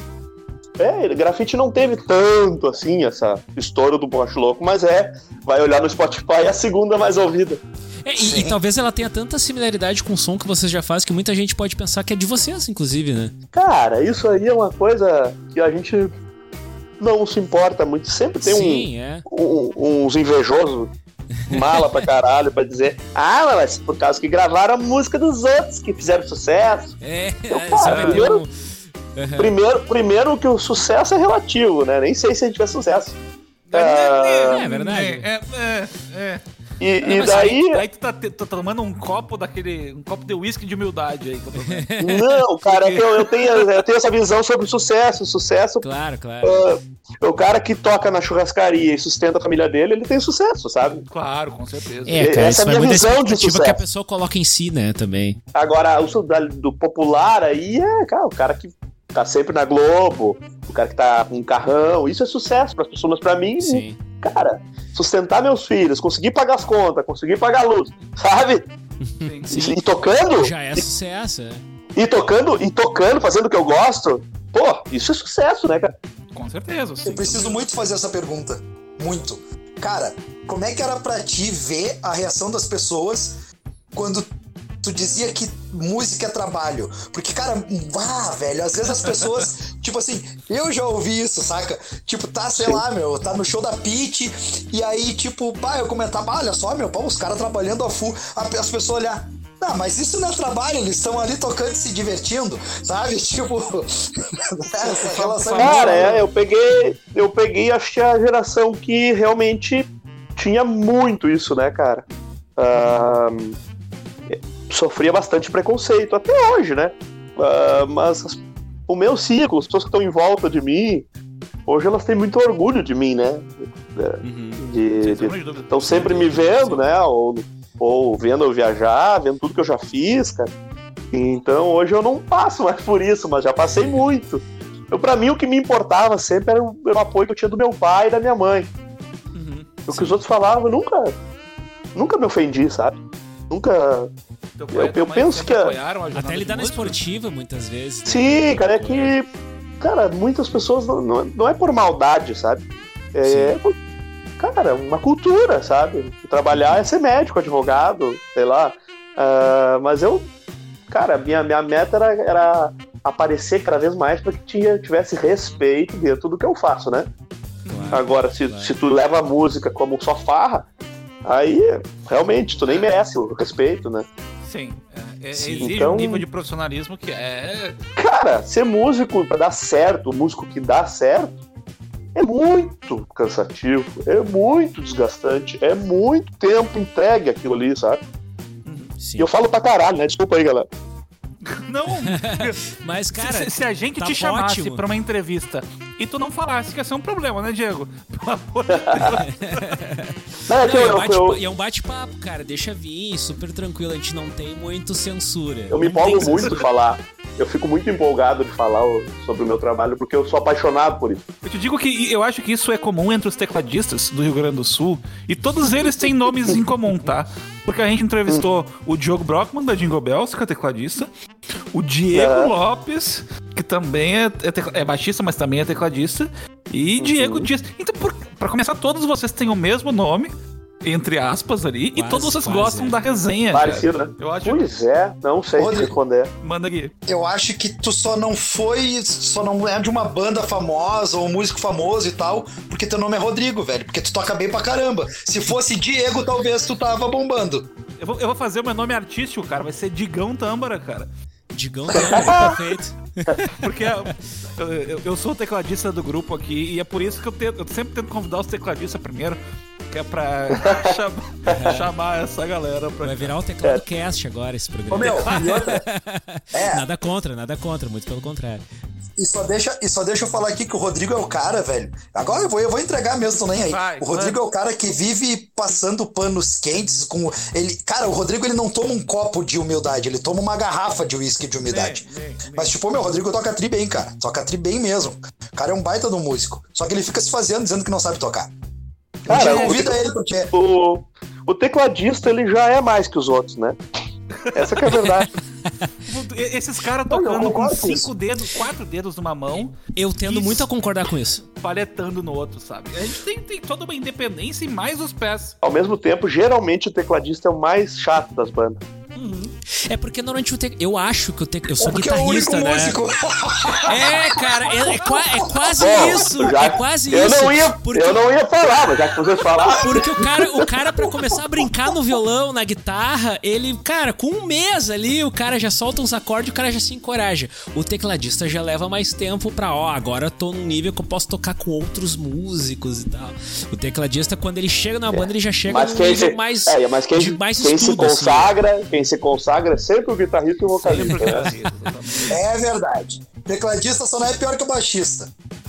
Speaker 5: É, grafite não teve tanto assim, essa história do Borracha Louco, mas é, vai olhar no Spotify, é a segunda mais ouvida.
Speaker 4: É, e, e talvez ela tenha tanta similaridade com o som que vocês já fazem que muita gente pode pensar que é de vocês, inclusive, né?
Speaker 5: Cara, isso aí é uma coisa que a gente não se importa muito. Sempre tem
Speaker 4: Sim,
Speaker 5: um,
Speaker 4: é.
Speaker 5: um, uns invejosos, mala pra caralho, pra dizer: ah, mas por causa que gravaram a música dos outros que fizeram sucesso.
Speaker 4: É,
Speaker 5: então, cara, primeiro, um... uhum. primeiro, primeiro que o sucesso é relativo, né? Nem sei se a gente tiver sucesso.
Speaker 2: É, é, é verdade. É, é, é.
Speaker 5: E,
Speaker 2: não,
Speaker 5: e daí...
Speaker 2: Aí, aí tu tá, tá tomando um copo daquele... Um copo de uísque de humildade aí.
Speaker 5: Não, cara, Porque... é que eu, eu, tenho, eu tenho essa visão sobre o sucesso. O sucesso...
Speaker 4: Claro, claro.
Speaker 5: Uh, o cara que toca na churrascaria e sustenta a família dele, ele tem sucesso, sabe?
Speaker 2: Claro, com certeza.
Speaker 4: É, cara,
Speaker 5: essa
Speaker 4: isso
Speaker 5: é a minha
Speaker 4: vai
Speaker 5: visão
Speaker 4: muito
Speaker 5: de sucesso.
Speaker 4: Que a pessoa coloca em si, né, também.
Speaker 5: Agora, o do popular aí é, cara, o cara que tá sempre na Globo, o cara que tá com um carrão, isso é sucesso pras pessoas, mas pra mim,
Speaker 4: sim.
Speaker 5: Cara, sustentar meus filhos, conseguir pagar as contas, conseguir pagar a luz, sabe?
Speaker 2: Sim,
Speaker 5: sim. E tocando...
Speaker 4: Já é sucesso, é.
Speaker 5: E tocando, e tocando, fazendo o que eu gosto, pô, isso é sucesso, né, cara?
Speaker 2: Com certeza. Sim.
Speaker 3: Eu preciso muito fazer essa pergunta. Muito. Cara, como é que era pra ti ver a reação das pessoas quando tu dizia que música é trabalho? Porque, cara, ah, velho, às vezes as pessoas, tipo assim, eu já ouvi isso, saca? Tipo, tá, sei Sim. lá, meu, tá no show da Pitty, e aí, tipo, pá, eu comentava, ah, olha só, meu, pá, os caras trabalhando a full, as pessoas olhar, não, mas isso não é trabalho, eles estão ali tocando e se divertindo, sabe? Tipo, essa relação...
Speaker 5: Cara, é, eu peguei, eu peguei, acho que a geração que realmente tinha muito isso, né, cara? Uh, sofria bastante preconceito, até hoje, né? Uh, mas as, o meu ciclo, as pessoas que estão em volta de mim, hoje elas têm muito orgulho de mim, né?
Speaker 2: Uhum.
Speaker 5: Estão sempre me vendo, né? Ou, ou vendo eu viajar, vendo tudo que eu já fiz, cara. Então hoje eu não passo mais por isso, mas já passei muito. Eu, pra mim, o que me importava sempre era o, era o apoio que eu tinha do meu pai e da minha mãe.
Speaker 2: Uhum.
Speaker 5: O que os outros falavam, eu nunca, nunca me ofendi, sabe? Nunca... Eu, eu penso que...
Speaker 4: Até lidar na esportiva, muitas vezes. Né?
Speaker 5: Sim, cara, é que... Cara, muitas pessoas não, não, não é por maldade, sabe? É, por, cara, uma cultura, sabe? Trabalhar é ser médico, advogado, sei lá. Uh, mas eu... Cara, minha, minha meta era, era aparecer cada vez mais para que tinha, tivesse respeito dentro do que eu faço, né? Claro, Agora, se, claro. se tu leva a música como só farra, aí, realmente, tu nem merece o respeito, né?
Speaker 2: Sim, é, é, exige então, um nível de profissionalismo que é...
Speaker 5: Cara, ser músico pra dar certo, o músico que dá certo, é muito cansativo, é muito desgastante, é muito tempo entregue aquilo ali, sabe?
Speaker 4: Sim.
Speaker 5: E eu falo pra caralho, né? Desculpa aí, galera.
Speaker 2: Não.
Speaker 4: Mas, cara,
Speaker 2: se, se a gente
Speaker 4: tá
Speaker 2: te chamasse
Speaker 4: ótimo.
Speaker 2: pra uma entrevista e tu não falasse, que ia ser um problema, né, Diego? Pelo amor de Deus.
Speaker 5: Não, é que
Speaker 4: Não,
Speaker 5: eu,
Speaker 4: é, um
Speaker 5: eu,
Speaker 4: bate-
Speaker 5: eu,
Speaker 4: e é um bate-papo, cara. Deixa vir, super tranquilo. A gente não tem muito censura.
Speaker 5: eu me
Speaker 4: Não tem
Speaker 5: empolgo muito
Speaker 4: censura.
Speaker 5: de falar. Eu fico muito empolgado de falar o- sobre o meu trabalho, porque eu sou apaixonado por isso.
Speaker 2: Eu te digo que eu acho que isso é comum entre os tecladistas do Rio Grande do Sul, e todos eles têm nomes em comum, tá? Porque a gente entrevistou o Diogo Brockman, da Jingle Bells, que é tecladista, o Diego
Speaker 5: Aham.
Speaker 2: Lopes, que também é, é, tecla- é baixista, mas também é tecladista, e Diego Dias. Então, por, pra começar, todos vocês têm o mesmo nome, entre aspas ali, e
Speaker 4: Quase,
Speaker 2: todos vocês
Speaker 4: quase,
Speaker 2: gostam
Speaker 4: é.
Speaker 2: da resenha. cara.
Speaker 5: Parecido, né?
Speaker 2: Eu acho.
Speaker 5: Pois é, não sei
Speaker 3: Rodrigo.
Speaker 5: responder.
Speaker 2: Manda aqui.
Speaker 3: Eu acho que tu só não foi, só não é de uma banda famosa ou um músico famoso e tal, porque teu nome é Rodrigo, velho. Porque tu toca bem pra caramba. Se fosse Diego, talvez tu tava bombando.
Speaker 2: Eu vou, eu vou fazer o meu nome artístico, cara. Vai ser Digão Tâmbara, cara.
Speaker 4: Digão Tâmbara, perfeito.
Speaker 2: Porque eu, eu, eu sou o tecladista do grupo aqui, e é por isso que eu, tento, eu sempre tento convidar os tecladistas primeiro, que é pra chamar, chamar essa galera pra
Speaker 4: Vai virar o teclado cast agora esse
Speaker 3: Ô,
Speaker 4: programa.
Speaker 3: meu, e outra, é,
Speaker 4: Nada contra, nada contra, muito pelo contrário.
Speaker 3: e só, deixa, e só deixa eu falar aqui que o Rodrigo é o cara, velho. Agora eu vou, eu vou entregar mesmo, tô nem aí.
Speaker 2: Vai,
Speaker 3: o Rodrigo é o cara que vive passando panos quentes com. Ele, cara, o Rodrigo ele não toma um copo de humildade, ele toma uma garrafa de uísque de humildade.
Speaker 2: Vem, vem, vem.
Speaker 3: Mas, tipo, meu, o Rodrigo toca tri bem, cara. Toca tri bem mesmo. O cara é um baita de um músico. Só que ele fica se fazendo, dizendo que não sabe tocar. Um
Speaker 5: Cara,
Speaker 3: dia
Speaker 5: o-
Speaker 3: convida ele, porque.
Speaker 5: O, o tecladista, ele já é mais que os outros, né? Essa que é a verdade.
Speaker 2: Esses caras
Speaker 3: Olha, eu
Speaker 2: tocando com
Speaker 3: concordo com
Speaker 2: cinco
Speaker 3: isso.
Speaker 2: dedos, quatro dedos numa mão,
Speaker 4: Eu tendo
Speaker 2: Isso.
Speaker 4: muito a concordar com isso.
Speaker 2: paletando no outro, sabe? A gente tem, tem toda uma independência e mais os pés.
Speaker 5: Ao mesmo tempo, geralmente o tecladista é o mais chato das bandas.
Speaker 4: É porque normalmente o te... eu acho que eu, te... eu sou
Speaker 3: Porque é o único
Speaker 4: guitarrista, né?
Speaker 3: músico.
Speaker 4: É, cara, é, é, qua- é quase
Speaker 5: Bom,
Speaker 4: isso.
Speaker 5: já-
Speaker 4: É quase
Speaker 5: eu
Speaker 4: isso.
Speaker 5: Não ia,
Speaker 4: porque...
Speaker 5: Eu não ia falar, mas já que vocês falaram.
Speaker 4: Porque o cara, o cara, pra começar a brincar no violão, na guitarra, ele, cara, com um mês ali, o cara já solta uns acordes, o cara já se encoraja. O tecladista já leva mais tempo pra, ó, agora eu tô num nível que eu posso tocar com outros músicos e tal. O tecladista, quando ele chega na banda, ele já chega
Speaker 5: Mas
Speaker 4: num
Speaker 5: quem,
Speaker 4: nível
Speaker 5: se,
Speaker 4: mais,
Speaker 5: é, mas quem,
Speaker 4: de mais
Speaker 5: quem se
Speaker 4: estudo, assim.
Speaker 5: consagra, quem se consagra é sempre o guitarrista e o vocalista.
Speaker 2: Sempre
Speaker 5: né?
Speaker 2: que
Speaker 3: É verdade. Tecladista só não é pior que o baixista.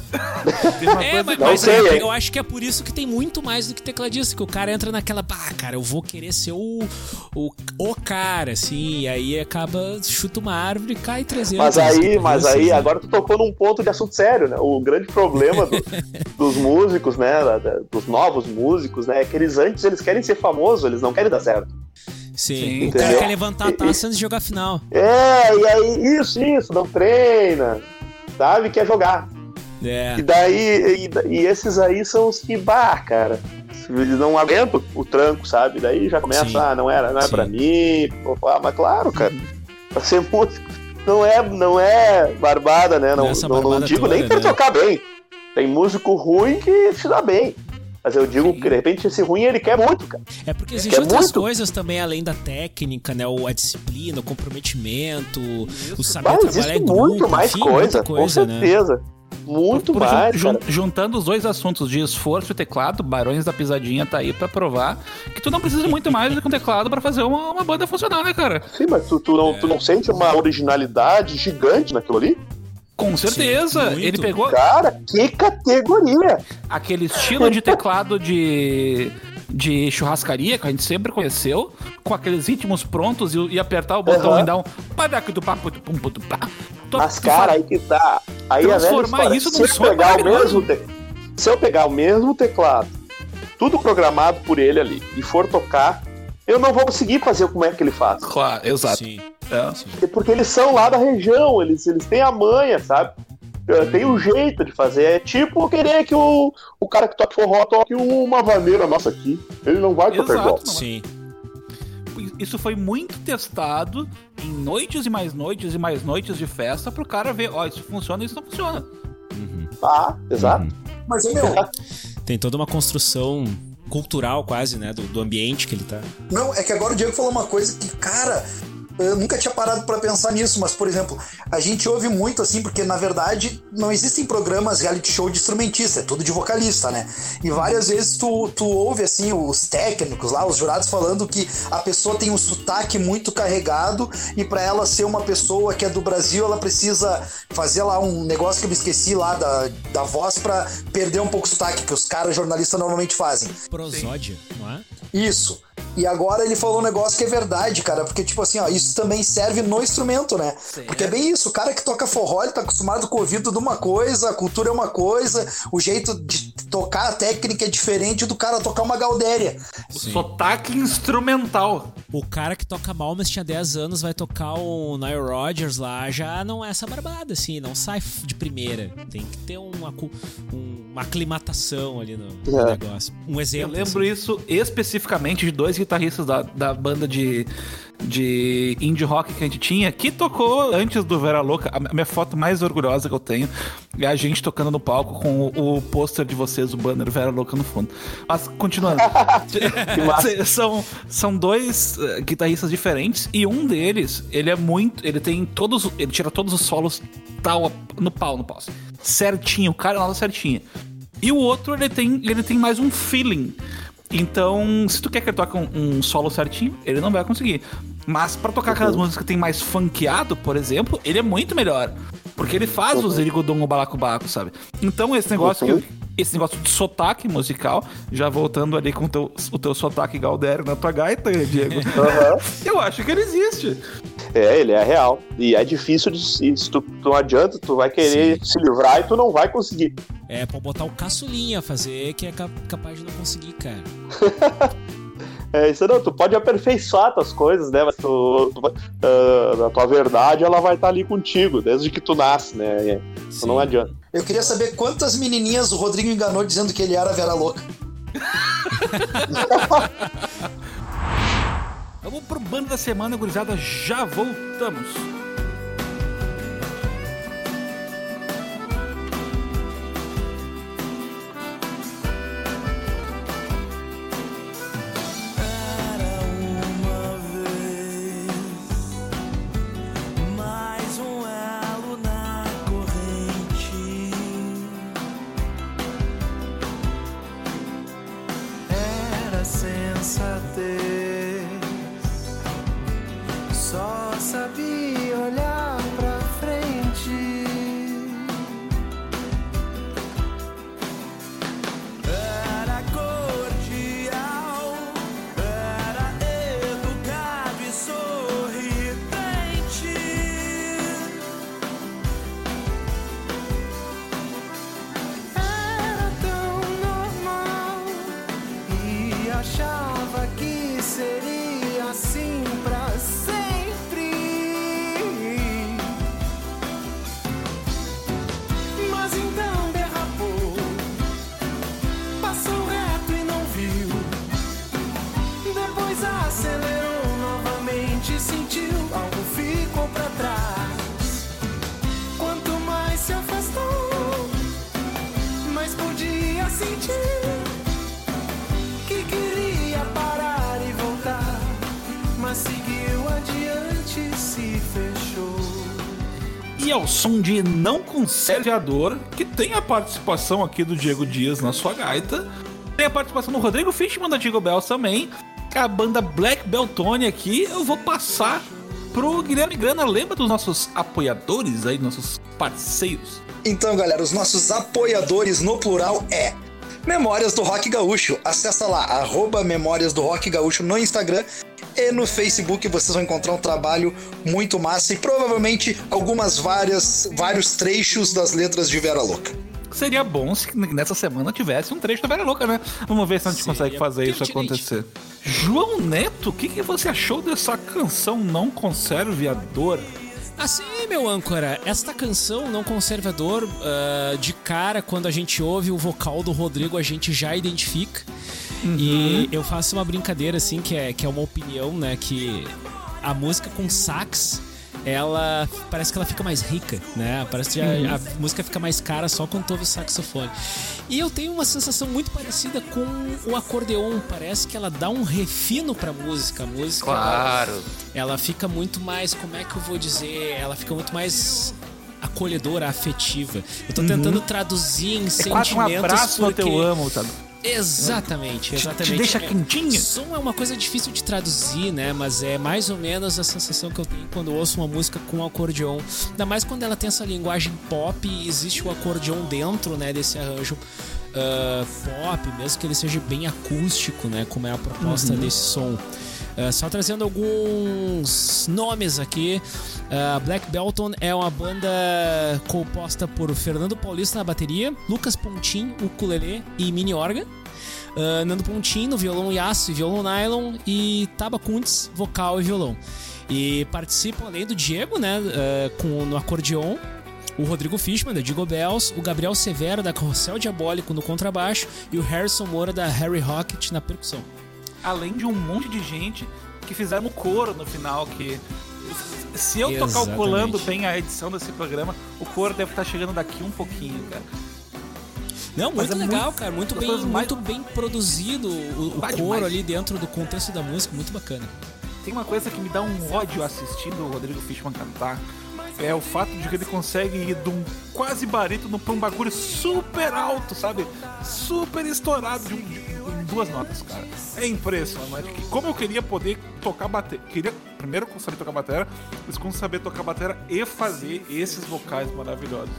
Speaker 2: tem uma
Speaker 4: É,
Speaker 2: coisa
Speaker 4: mas,
Speaker 2: que-
Speaker 4: mas
Speaker 5: sei,
Speaker 4: é-
Speaker 5: hein?
Speaker 4: eu acho que é por isso que tem muito mais do que tecladista, que o cara entra naquela, pá, cara, eu vou querer ser o, o, o cara, assim, e aí acaba, chuta uma árvore e cai trezentos.
Speaker 5: Mas aí, mas aí,
Speaker 4: né?
Speaker 5: agora tu tocou num ponto de assunto sério, né? O grande problema do- dos músicos, né? da- da- Dos novos músicos, né? É que eles antes eles querem ser famosos, eles não querem dar certo.
Speaker 4: Sim,
Speaker 2: Sim,
Speaker 4: o cara
Speaker 5: entendeu?
Speaker 4: quer levantar a taça antes de jogar a final.
Speaker 5: É, e aí, isso, isso, não treina, sabe? Quer jogar.
Speaker 4: É.
Speaker 5: E daí, e, e esses aí são os que, bah, cara, eles não aguentam o tranco, sabe? Daí já começa,
Speaker 4: Sim.
Speaker 5: ah, não era, não é
Speaker 4: Sim.
Speaker 5: pra mim. Ah, mas claro, cara, pra ser músico não é, não é barbada, né? Não,
Speaker 4: Essa
Speaker 5: não, não
Speaker 4: barbada
Speaker 5: digo
Speaker 4: toda,
Speaker 5: nem pra
Speaker 4: né?
Speaker 5: tocar bem. Tem músico ruim que se dá bem. Mas eu digo que de repente esse ruim ele quer muito, cara.
Speaker 4: É porque
Speaker 5: É
Speaker 4: existem outras
Speaker 5: muito.
Speaker 4: coisas também, além da técnica, né? O, a disciplina, o comprometimento, o saber
Speaker 5: Mas
Speaker 4: trabalhar
Speaker 5: existe
Speaker 4: em grupo,
Speaker 5: muito mais
Speaker 4: enfim,
Speaker 5: coisa,
Speaker 4: muita
Speaker 5: com
Speaker 4: coisa, né?
Speaker 5: certeza. Muito
Speaker 2: Por-
Speaker 5: mais,
Speaker 2: jun-
Speaker 5: cara.
Speaker 2: juntando os dois assuntos de esforço e teclado, Barões da Pisadinha tá aí pra provar que tu não precisa muito mais do que um teclado pra fazer uma, uma banda funcionar, né, cara?
Speaker 5: Sim, mas tu, tu, não, tu não sente uma originalidade gigante naquilo ali?
Speaker 2: Com certeza.
Speaker 4: muito.
Speaker 2: Ele pegou
Speaker 5: Cara, que categoria!
Speaker 2: aquele estilo de teclado de, de churrascaria que a gente sempre conheceu, com aqueles ritmos prontos e, e apertar o botão
Speaker 5: Aham.
Speaker 2: e dar um padac do papo do pum, pum, do pá. Tu-
Speaker 5: Mas,
Speaker 2: tu
Speaker 5: cara,
Speaker 2: faz-
Speaker 5: aí que tá. Aí a velha
Speaker 2: Transformar
Speaker 5: história,
Speaker 2: isso
Speaker 5: se
Speaker 2: num
Speaker 5: eu
Speaker 2: som
Speaker 5: pegar o
Speaker 2: maravilhoso.
Speaker 5: mesmo te... Se eu pegar o mesmo teclado, tudo programado por ele ali, e for tocar, eu não vou conseguir fazer como é que ele faz.
Speaker 2: Claro, exato.
Speaker 4: Sim.
Speaker 2: É.
Speaker 5: Porque eles são lá da região, eles, eles têm a manha, sabe? Eh, Tem um jeito de fazer. É tipo querer que o, o cara que toca forró toque uma vaneira nossa aqui. Ele não vai tocar
Speaker 2: Exato.
Speaker 5: igual.
Speaker 2: Não é?
Speaker 4: Sim.
Speaker 2: Isso foi muito testado em noites e mais noites e mais noites de festa pro cara ver, ó, isso funciona e isso não funciona.
Speaker 5: Ah, exato.
Speaker 3: Mas, meu,
Speaker 4: Tem toda uma construção cultural quase, né? Do, do ambiente que ele tá.
Speaker 3: não, é que agora o Diego falou uma coisa que, cara, eu nunca tinha parado pra pensar nisso, mas, por exemplo, a gente ouve muito assim, porque na verdade não existem programas reality show de instrumentista, é tudo de vocalista, né? E várias vezes tu, tu ouve assim, os técnicos lá, os jurados falando que a pessoa tem um sotaque muito carregado e pra ela ser uma pessoa que é do Brasil, ela precisa fazer lá um negócio que eu me esqueci lá da, da voz pra perder um pouco o sotaque, que os caras jornalistas normalmente fazem.
Speaker 4: Prosódia, não é?
Speaker 3: Isso. E agora ele falou um negócio que é verdade, cara, porque, tipo assim, ó, isso também serve no instrumento, né? Sim. Porque é bem isso, o cara que toca forró, ele tá acostumado com o ouvido de uma coisa, a cultura é uma coisa, o jeito de tocar a técnica é diferente do cara tocar uma gaudéria.
Speaker 2: O sotaque instrumental.
Speaker 4: O cara que toca mal, mas tinha dez anos, vai tocar o Nile Rodgers lá, já não é essa barbada, assim, não sai de primeira. Tem que ter uma, uma aclimatação ali no, no é. negócio. Um exemplo.
Speaker 2: Eu lembro
Speaker 4: assim.
Speaker 2: isso especificamente de dois guitarristas da, da banda de, de indie rock que a gente tinha, que tocou antes do Vera Louca. A minha foto mais orgulhosa que eu tenho é a gente tocando no palco com o, o pôster de vocês, o banner Vera Louca no fundo. Mas, continuando. são, são dois uh, guitarristas diferentes e um deles, ele é muito... Ele tem todos... Ele tira todos os solos tal, no pau, no pau. Certinho, o cara nada certinho. E o outro, ele tem, ele tem mais um feeling. Então, se tu quer que ele toque um, um solo certinho, ele não vai conseguir. Mas pra tocar aquelas músicas que tem mais funkeado, por exemplo, ele é muito melhor. Porque ele faz uhum. os zirigodom, o balacobaco, sabe? Então, esse negócio uhum. que eu, esse negócio de sotaque musical, já voltando ali com o teu, o teu sotaque gaudério na tua gaita, Diego, uhum. eu acho que ele existe.
Speaker 5: É, ele é real. E é difícil de se tu, tu não adianta, tu vai querer Sim. se livrar e tu não vai conseguir.
Speaker 4: É, pra botar o caçulinha fazer, que é capaz de não conseguir, cara.
Speaker 5: É, isso não, tu pode aperfeiçoar tuas coisas, né? Mas tu, tu, uh, a tua verdade, ela vai estar ali contigo, desde que tu nasce, né? Então não adianta.
Speaker 3: Eu queria saber quantas menininhas o Rodrigo enganou dizendo que ele era a Vera Louca.
Speaker 2: Vamos pro Banda da Semana, gurizada, já voltamos. Ao som de Não Conserve a Dor, que tem a participação aqui do Diego Dias na sua gaita, tem a participação do Rodrigo Fishman da Jingle Bells também, a banda Black Beltone aqui. Eu vou passar pro Guilherme Grana. Lembra dos nossos apoiadores aí, nossos parceiros?
Speaker 3: Então, galera, os nossos apoiadores no plural é Memórias do Rock Gaúcho. Acessa lá, arroba Memórias do Rock Gaúcho no Instagram e no Facebook. Vocês vão encontrar um trabalho muito massa e provavelmente algumas várias, vários trechos das letras de Vera Louca.
Speaker 2: Seria bom se nessa semana tivesse um trecho da Vera Louca, né? Vamos ver se a gente Seria consegue fazer isso acontecer. João Neto, o que, que você achou dessa canção Não Conserve a Dor?
Speaker 4: Assim, meu âncora, esta canção Não Conserve a Dor, uh, de cara, quando a gente ouve o vocal do Rodrigo, a gente já identifica. Uhum. E eu faço uma brincadeira, assim, que é, que é uma opinião, né? Que a música com sax ela parece que ela fica mais rica, né? Parece que
Speaker 2: Uhum.
Speaker 4: a, a música fica mais cara só quando tu ouve o saxofone. E eu tenho uma sensação muito parecida com o acordeon. Parece que ela dá um refino pra música. A música,
Speaker 2: Claro.
Speaker 4: ela, ela fica muito mais, como é que eu vou dizer? Ela fica muito mais acolhedora, afetiva. Eu tô tentando traduzir em
Speaker 2: É
Speaker 4: sentimentos
Speaker 2: quase um abraço no
Speaker 4: porque...
Speaker 2: teu amo, sabe?
Speaker 4: Exatamente, exatamente.
Speaker 2: Te deixa
Speaker 4: É,
Speaker 2: quentinho.
Speaker 4: som é uma coisa difícil de traduzir, né? Mas é mais ou menos a sensação que eu tenho quando eu ouço uma música com acordeon. Ainda mais quando ela tem essa linguagem pop e existe o acordeon dentro, né, desse arranjo uh, pop, mesmo que ele seja bem acústico, né? Como é a proposta
Speaker 2: Uhum.
Speaker 4: desse som. Uh, só trazendo alguns nomes aqui. Uh, Black Belton é uma banda composta por Fernando Paulista na bateria, Lucas Pontin, ukulele e mini orga, uh, Nando Pontin no violão e aço e violão nylon, e Taba Kuntz, vocal e violão. E participam além do Diego, né, uh, com, no acordeon, o Rodrigo Fishman, da Jingle Bells, o Gabriel Severo, da Carrossel Diabólico, no contrabaixo, e o Harrison Moura, da Harry Rocket, na percussão.
Speaker 2: Além de um monte de gente que fizeram o coro no final, que se eu tô
Speaker 4: Exatamente.
Speaker 2: calculando bem a edição desse programa, o coro deve estar chegando daqui um pouquinho, cara.
Speaker 4: Não,
Speaker 2: Mas
Speaker 4: muito
Speaker 2: é
Speaker 4: legal,
Speaker 2: muito-
Speaker 4: cara. Muito
Speaker 2: uma
Speaker 4: bem,
Speaker 2: coisa mais-
Speaker 4: muito bem produzido o, o
Speaker 2: Vai
Speaker 4: coro
Speaker 2: demais.
Speaker 4: ali dentro do contexto da música, muito bacana.
Speaker 2: Tem uma coisa que me dá um ódio assistindo o Rodrigo Fishman cantar, é o fato de que ele consegue ir de um quase barítono pra um bagulho super alto, sabe? Super estourado de, um- de- em duas notas, cara. É impressionante. Que como eu queria poder tocar bateria. Queria primeiro saber tocar bateria, mas como saber tocar bateria e fazer esses vocais maravilhosos.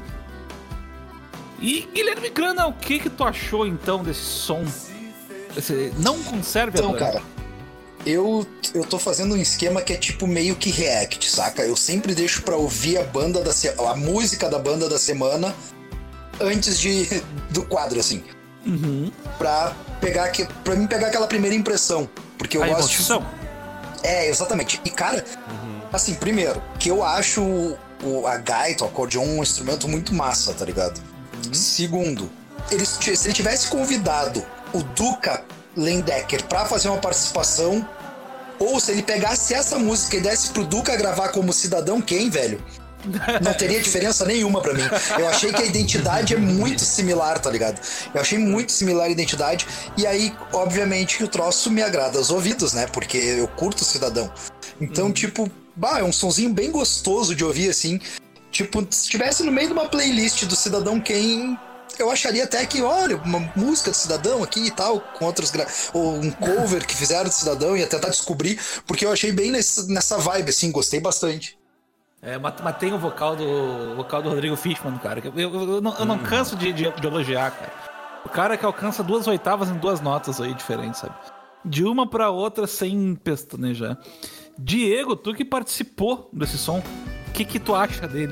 Speaker 2: E Guilherme Grana, o que que tu achou então desse som? Esse não conserve
Speaker 3: Então,
Speaker 2: agora.
Speaker 3: cara, eu, eu tô fazendo um esquema que é tipo meio que react, saca? Eu sempre deixo pra ouvir a banda da se- a música da banda da semana antes de do quadro, assim.
Speaker 2: Uhum.
Speaker 3: Pra pegar que, pra mim pegar aquela primeira impressão. Porque eu
Speaker 2: A
Speaker 3: gosto.
Speaker 2: emoção.
Speaker 3: É, exatamente. E, cara, assim, primeiro, que eu acho o, o- a gaita, o acordeon, um instrumento muito massa, tá ligado? Segundo, ele, se ele tivesse convidado o Duca Lendecker pra fazer uma participação, ou se ele pegasse essa música e desse pro Duca gravar como Cidadão Quem, velho, não teria diferença nenhuma pra mim. Eu achei que a identidade é muito similar, tá ligado? Eu achei muito similar a identidade. E aí, obviamente, que o troço me agrada aos ouvidos, né? Porque eu curto o Cidadão. Então, tipo, bah, é um sonzinho bem gostoso de ouvir, assim. Tipo, se estivesse no meio de uma playlist do Cidadão Quem, eu acharia até que, olha, uma música do Cidadão aqui e tal, com outros gra... ou um cover que fizeram do Cidadão, ia tentar descobrir, porque eu achei bem nessa, nessa vibe, assim, gostei bastante.
Speaker 2: É, mas, mas tem o vocal do o vocal do Rodrigo Fishman, cara. que Eu, eu, eu não, eu não canso de, de, de elogiar, cara. O cara que alcança duas oitavas em duas notas aí diferentes, sabe? De uma pra outra sem pestanejar. Diego, tu que participou desse som, o que que tu acha dele?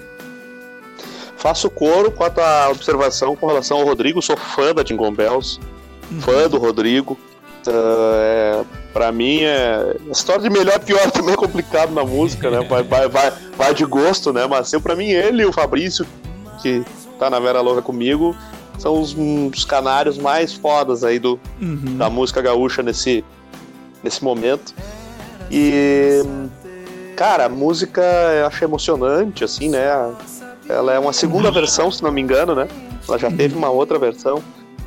Speaker 5: Faço coro quanto à observação com relação ao Rodrigo. Sou fã da Jingle Bells, fã do Rodrigo. Uh, é, pra mim, é... a história de melhor e pior também é complicado na música, né? Vai, vai, vai, vai de gosto, né? Mas eu, pra mim, ele e o Fabrício, que tá na Vera Louca comigo, são os, os canários mais fodas aí do,
Speaker 2: Uhum.
Speaker 5: da música gaúcha nesse, nesse momento. E, cara, a música eu acho emocionante, assim, né? Ela é uma segunda versão, se não me engano, né? Ela já teve uma outra versão.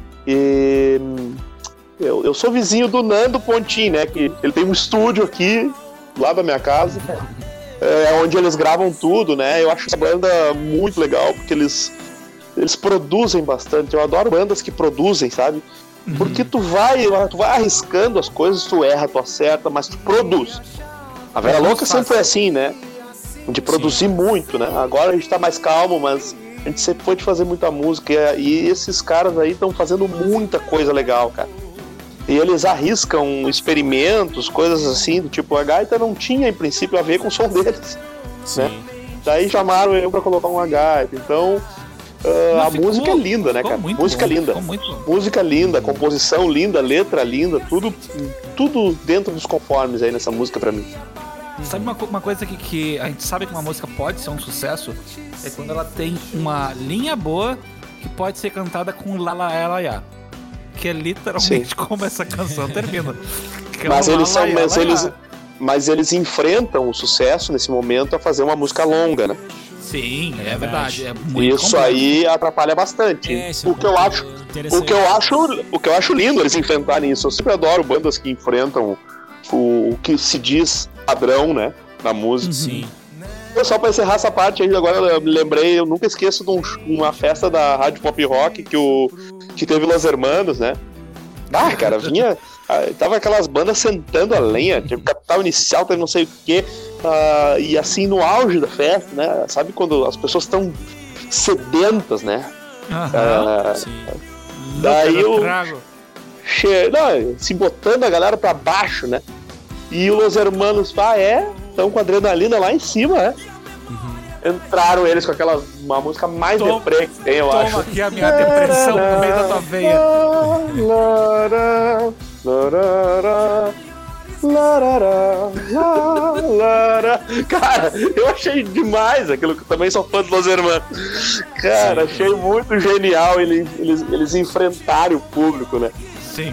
Speaker 5: E eu, eu sou vizinho do Nando Pontin, né? Que ele tem um estúdio aqui, lá da minha casa, é, onde eles gravam tudo, né? Eu acho essa banda muito legal, porque eles, eles produzem bastante. Eu adoro bandas que produzem, sabe? Porque tu vai, tu vai arriscando as coisas, tu erra, tu acerta, mas tu produz. A Vera Louca sempre foi assim, né? De produzir muito, né? Agora a gente tá mais calmo, mas a gente sempre foi de fazer muita música. E esses caras aí estão fazendo muita coisa legal, cara. E eles arriscam experimentos, coisas assim, do tipo, a gaita não tinha, em princípio, a ver com o som deles.
Speaker 4: Sim.
Speaker 5: Né? Daí chamaram eu pra colocar uma gaita. Então, uh, a
Speaker 2: ficou-
Speaker 5: música é linda, né,
Speaker 2: ficou
Speaker 5: cara?
Speaker 2: muito
Speaker 5: Música
Speaker 2: bom,
Speaker 5: linda.
Speaker 2: ficou muito bom.
Speaker 5: Música linda, composição linda, letra linda, tudo, tudo dentro dos conformes aí nessa música pra mim.
Speaker 2: Sabe uma, co- uma coisa que, que a gente sabe que uma música pode ser um sucesso? É quando ela tem uma linha boa que pode ser cantada com lá lá ela ya. Que é literalmente
Speaker 5: Sim.
Speaker 2: como essa canção termina. Que é
Speaker 5: Mas
Speaker 2: um
Speaker 5: eles
Speaker 2: lá,
Speaker 5: são,
Speaker 2: lá,
Speaker 5: mas
Speaker 2: lá,
Speaker 5: eles,
Speaker 2: lá.
Speaker 5: mas eles enfrentam o sucesso nesse momento a fazer uma música longa, né?
Speaker 2: Sim, é,
Speaker 4: É
Speaker 2: verdade.
Speaker 4: verdade.
Speaker 2: É muito
Speaker 5: Isso
Speaker 2: complexo.
Speaker 5: aí atrapalha bastante.
Speaker 4: É, isso é
Speaker 5: o que eu acho,
Speaker 4: interessante.
Speaker 5: o que eu acho, o que eu acho lindo eles enfrentarem isso. Eu sempre adoro bandas que enfrentam o, o que se diz padrão, né, na música.
Speaker 4: Sim.
Speaker 5: Só pra encerrar essa parte aí, agora eu me lembrei, eu nunca esqueço de um- uma festa da Rádio Pop Rock que, o, que teve Los Hermanos, né? Ah, cara, vinha. ah, Tava aquelas bandas sentando a lenha, tipo Capital Inicial, teve não sei o quê. ah, e assim, no auge da festa, né? Sabe quando as pessoas estão sedentas, né?
Speaker 2: Aham.
Speaker 5: Ah,
Speaker 4: Sim.
Speaker 5: daí
Speaker 2: Louca do
Speaker 5: eu.
Speaker 2: trago.
Speaker 5: Che... Não, se botando a galera pra baixo, né? E o Los Hermanos, ah, é? Estão com a adrenalina lá em cima, né? Entraram eles com aquela uma música mais
Speaker 2: Toma-
Speaker 5: deprê que tem, eu
Speaker 2: Toma
Speaker 5: acho.
Speaker 2: aqui a minha depressão no meio da tua veia.
Speaker 5: Lará, larará, larará, larará. Cara, eu achei demais aquilo que eu também sou fã dos Los Hermanos. Cara, achei muito genial eles, eles, eles enfrentarem o público, né?
Speaker 2: Sim.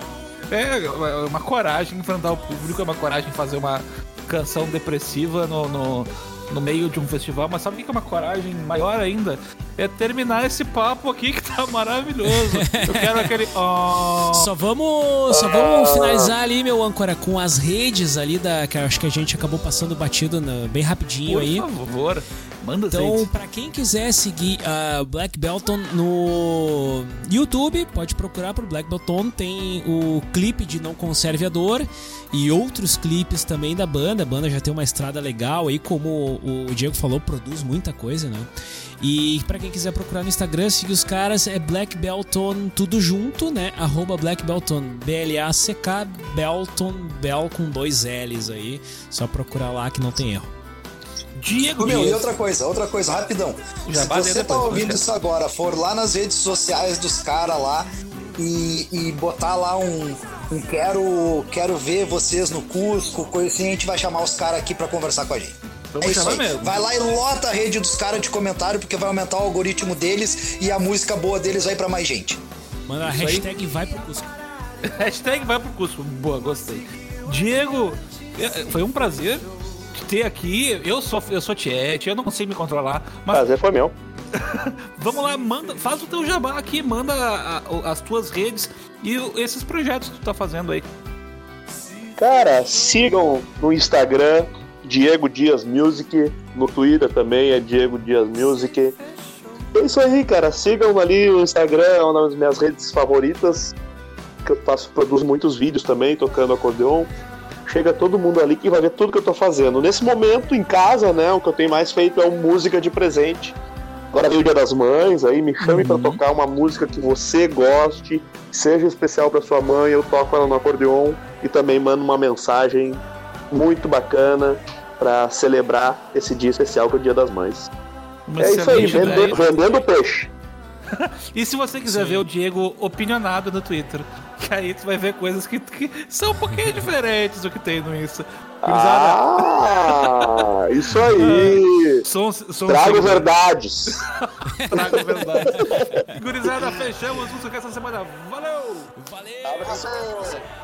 Speaker 2: É é uma coragem enfrentar o público, é uma coragem fazer uma canção depressiva no, no, no meio de um festival, mas sabe o que é uma coragem maior ainda? É terminar esse papo aqui que tá maravilhoso. Eu quero aquele. Oh.
Speaker 4: Só vamos, só vamos finalizar ali, meu âncora, com as redes ali da. Que eu acho que a gente acabou passando batido na- bem rapidinho
Speaker 2: Por
Speaker 4: aí.
Speaker 2: favor, manda
Speaker 4: Então,
Speaker 2: então,
Speaker 4: pra quem quiser seguir a Black Belton no YouTube, pode procurar por Black Belton. Tem o clipe de Não Conserve a Dor e outros clipes também da banda. A banda já tem uma estrada legal aí, como o Diego falou, produz muita coisa, né? E pra quem quiser procurar no Instagram, seguir os caras, é Black Belton tudo junto, né? Arroba Black Belton, B L A C K, Belton, Bel com dois L's aí. Só procurar lá que não tem erro.
Speaker 2: Diego
Speaker 3: Meu, e
Speaker 2: Dias.
Speaker 3: outra coisa, outra coisa, rapidão.
Speaker 2: Já
Speaker 3: Se
Speaker 2: valeu
Speaker 3: você tá
Speaker 2: depois,
Speaker 3: ouvindo
Speaker 2: né?
Speaker 3: isso agora, for lá nas redes sociais dos caras lá e, e botar lá um, um quero, quero ver vocês no Cusco, coisa assim, a gente vai chamar os caras aqui pra conversar com a gente.
Speaker 2: Vamos
Speaker 3: É isso
Speaker 2: chamar
Speaker 3: aí.
Speaker 2: mesmo.
Speaker 3: Vai lá e lota a rede dos caras de comentário, porque vai aumentar o algoritmo deles e a música boa deles vai pra mais gente.
Speaker 4: Manda a
Speaker 2: Isso aí.
Speaker 4: hashtag vai pro Cusco.
Speaker 2: Hashtag vai pro Cusco. Boa, gostei. Diego, é, foi um prazer te ter aqui. Eu sou, eu sou tiete, eu não consigo me controlar. Mas
Speaker 5: Prazer foi meu.
Speaker 2: vamos lá, manda, faz o teu jabá aqui, manda a- a- as tuas redes e o- esses projetos que tu tá fazendo aí.
Speaker 5: Cara, sigam no Instagram Diego Dias Music, no Twitter também é Diego Dias Music. É isso aí, cara. Sigam ali o Instagram, é uma das minhas redes favoritas, que eu faço, produzo muitos vídeos também, tocando acordeon. Chega todo mundo ali que vai ver tudo que eu tô fazendo. Nesse momento, em casa, né, o que eu tenho mais feito é o música de presente. Agora vem o Dia das Mães, aí me chame pra tocar uma música que você goste, seja especial pra sua mãe, eu toco ela no acordeon e também mando uma mensagem muito bacana pra celebrar esse dia especial que é o Dia das Mães.
Speaker 2: Uma
Speaker 5: É isso aí,
Speaker 2: excelente ideia.
Speaker 5: vendendo, vendendo peixe.
Speaker 2: E se você quiser
Speaker 4: Sim.
Speaker 2: ver o Diego opinionado no Twitter, que aí tu vai ver coisas que, que são um pouquinho diferentes do que tem no Insta. Gurizada,
Speaker 5: Ah, isso aí!
Speaker 2: som, som
Speaker 5: Trago
Speaker 2: seguidor.
Speaker 5: verdades.
Speaker 2: Trago verdade. Gurizada, fechamos o essa semana. Valeu!
Speaker 4: Valeu!